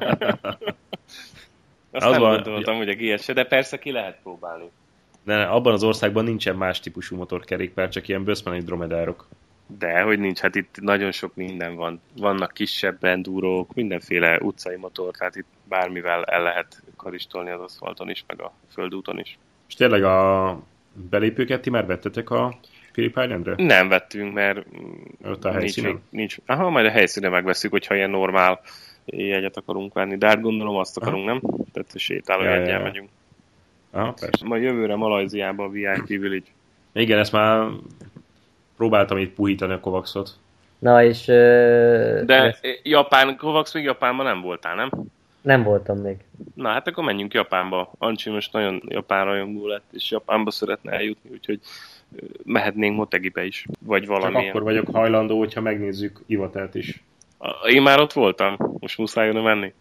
Azt nem gondoltam, hogy a GS-re, de persze ki lehet próbálni. De abban az országban nincsen más típusú motorkerékpár, csak ilyen böszmeni dromedárok. De, hogy nincs, hát itt nagyon sok minden van. Vannak kisebb endúrók, mindenféle utcai motor, tehát itt bármivel el lehet karistolni az aszfalton is, meg a földúton is. És tényleg a belépőket ti már vettetek a Phillip Islandre? Nem vettünk, mert ott a helyszínen? Nincs. Aha, majd a helyszínen megveszünk, hogyha ilyen normál jegyet akarunk venni, de hát gondolom azt akarunk, nem? Tehát sétáló jeggyel megyünk. Aha, persze. Majd jövőre Malajziában a VIP Village. Igen, ezt már próbáltam itt puhítani a Kovacsot. Na és... De Japán, Kovacs még Japánban nem voltál, nem? Nem voltam még. Na hát akkor menjünk Japánba. Ancsi most nagyon japán rajongó lett, és Japánba szeretne eljutni, úgyhogy mehetnénk Motegibe is, vagy valamilyen. Csak akkor vagyok hajlandó, hogyha megnézzük Ivatát is. Én már ott voltam, most muszáj jönni menni.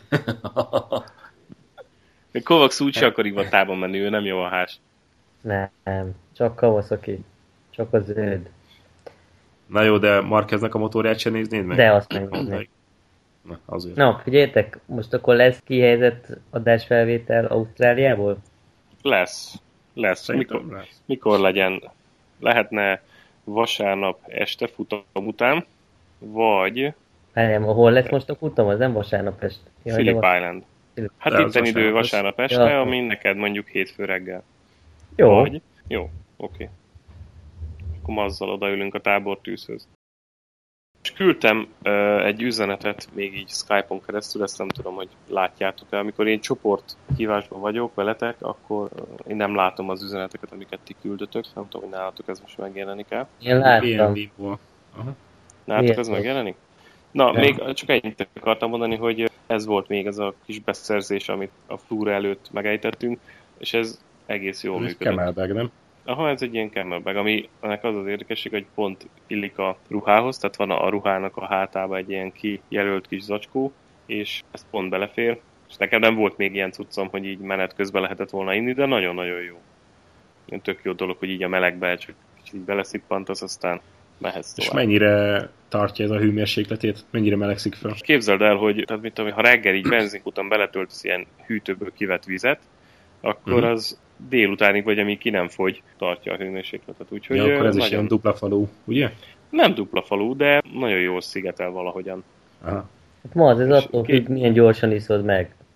Kovacs úgyse akar Ivatában menni, ő nem jó a hás. Nem, csak Kawasaki. Csak a zöld. Na jó, de Marqueznek a motorját sem néznéd meg? De azt megnéznék. Na, azért. Na, figyeljetek, most akkor lesz kihelyezett adásfelvétel Ausztráliából? Lesz. Mikor legyen? Lehetne vasárnap este futam után, vagy... Nem, hol lesz most a futam? Az nem vasárnap este. Phillip Island. Hát itten idő vasárnap este, ami neked mondjuk hétfő reggel. Jó. Vagy? Jó, oké. Akkor azzal odaülünk a tábortűzhöz. És küldtem egy üzenetet még így Skype-on keresztül, ezt nem tudom, hogy látjátok-e. Amikor én csoporthívásban vagyok veletek, akkor én nem látom az üzeneteket, amiket ti küldötök. Nem tudom, hogy nálatok ez most megjelenik el. Én láttam. Nálatok ez megjelenik? Na, még csak ennyit akartam mondani, hogy ez volt még ez a kis beszerzés, amit a Flúra előtt megejtettünk, és ez egész jól működött. Camelback, nem? Aha, ez egy ilyen camelback, ami ennek az az érdekesség, hogy pont illik a ruhához, tehát van a ruhának a hátában egy ilyen kijelölt kis zacskó, és ez pont belefér, és nekem nem volt még ilyen cuccom, hogy így menet közben lehetett volna inni, de nagyon-nagyon jó. Ilyen tök jó dolog, hogy így a melegbe csak kicsit beleszippantasz, aztán mehetsz tovább. És mennyire tartja ez a hőmérsékletét? Mennyire melegszik fel? Képzeld el, hogy tehát mit tudom, ha reggel így benzinkúton beletöltesz ilyen hűtőből kivett vizet, akkor az délutánig, vagy amíg ki nem fogy, tartja a hőmérsékletet. Úgyhogy ja, akkor ez nagyon... is ilyen dupla falú, ugye? Nem dupla falú, de nagyon jól szigetel valahogyan. Aha. Hát ma az attól függ, milyen gyorsan iszod meg.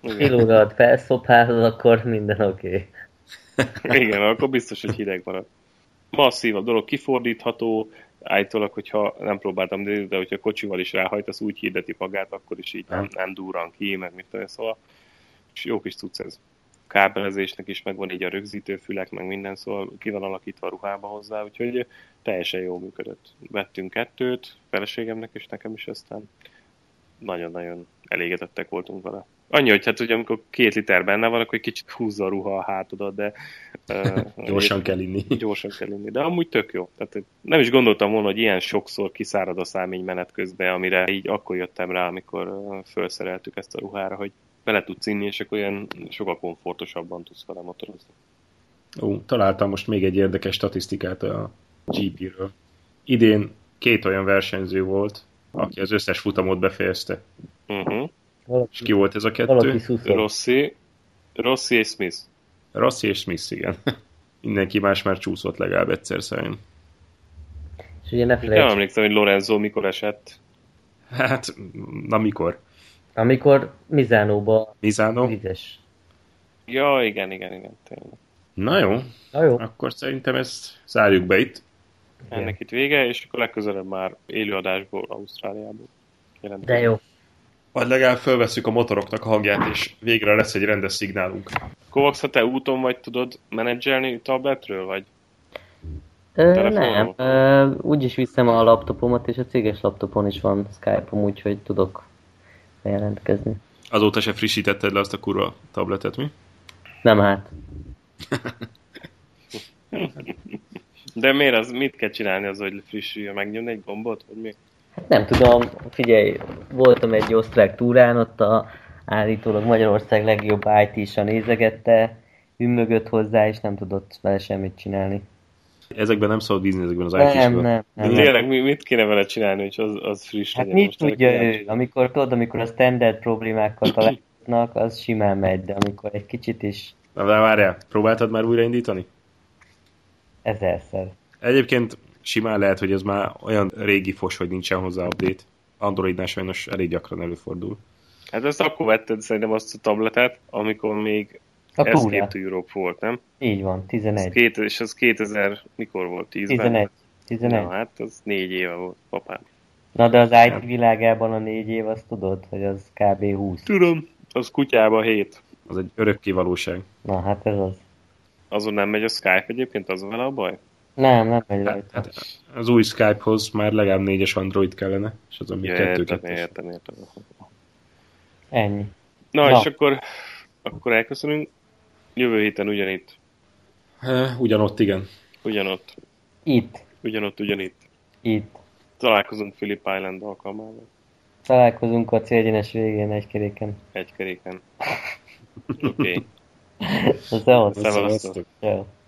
kilórat felszopálod, akkor minden oké. Igen, akkor biztos, hogy hideg marad. Masszívabb dolog, kifordítható, állítólag, hogyha nem próbáltam, de hogyha kocsival is ráhajtasz, úgy hirdeti magát, akkor is így nem durran ki, meg mit tudom, szóval és jó kis cucc ez. A kábelezésnek is megvan így a rögzítőfülek, meg minden, szóval ki van alakítva a ruhába hozzá, úgyhogy teljesen jól működött. Vettünk 2, feleségemnek és nekem is, aztán nagyon-nagyon elégedettek voltunk vele. Annyi, hogy hát ugye amikor 2 liter benne van, akkor egy kicsit húzza a ruha a hátodat, de gyorsan kell inni. Gyorsan kell inni, de amúgy tök jó. Tehát nem is gondoltam volna, hogy ilyen sokszor kiszárad a számény menet közben, amire így akkor jöttem rá, amikor felszereltük ezt a ruhára, hogy bele tudsz inni, és akkor olyan sokkal komfortosabban tudsz vele motorozni. Találtam most még egy érdekes statisztikát a GP-ről. Idén 2 olyan versenyző volt, aki az összes futamot befejezte. És ki volt ez a 2? Rossi és Smith. Rossi és Smith, igen. Mindenki más már csúszott legalább egyszer szerint. És ugye ne nem emlékszem, hogy Lorenzo mikor esett. Hát, na mikor? Amikor Misánóba Misano? vizes. Ja, igen, tényleg. Na jó, akkor szerintem ezt zárjuk be itt. Ennek itt vége, és akkor legközelebb már élőadásból, Ausztráliából. De jó. Vagy legalább felvesszük a motoroknak a hangját, és végre lesz egy rendes szignálunk. Kovacs, ha te úton vagy, tudod menedzselni tabletről, vagy? Nem, úgyis viszem a laptopomat, és a céges laptopon is van Skype-om, úgyhogy tudok bejelentkezni. Azóta se frissítetted le azt a kurva tabletet, mi? Nem hát. De miért az, mit kell csinálni az, hogy frissüljön? Megnyomni egy gombot, vagy mi? Nem tudom, figyelj, voltam egy osztrák túrán, ott állítólag Magyarország legjobb IT-sa nézegette, ümmögött hozzá, és nem tudott vele semmit csinálni. Ezekben nem szabad bízni, ezekben az IT-sban. Nem. Tényleg, mit kéne vele csinálni, hogy az friss hát legyen? mit tudja ő? Amikor a standard problémákkal találkoznak, az simán megy, de amikor egy kicsit is... Na, várjál, próbáltad már újraindítani? 1000-szer. Egyébként simán lehet, hogy ez már olyan régi fos, hogy nincsen hozzá update. Androidnál sajnos elég gyakran előfordul. Hát ezt akkor vetted szerintem azt a tabletet, amikor még Escape to Europe volt, nem? Így van, 11. És az 2000, mikor volt? 10-ben? 11. Na, hát az 4 éve volt, papám. Na de az IT világában a 4 év, azt tudod, hogy az kb. 20. Tudom, az kutyában 7. Az egy örökké valóság. Na, hát ez az. Azon nem megy a Skype egyébként, az vele a baj? Nem megy rajta. Hát, az új Skype-hoz már legalább 4-es Android kellene, és azon még 2-2. Értem. Ennyi. Na, és akkor elköszönünk. Jövő héten ugyanitt. Ugyanott, igen. Ugyanott. Ugyanitt. Itt. Találkozunk Phillip Island alkalmával. Találkozunk a célgyenes végén egy keréken. Oké. Szevasztok. Szevasztok. Ciao.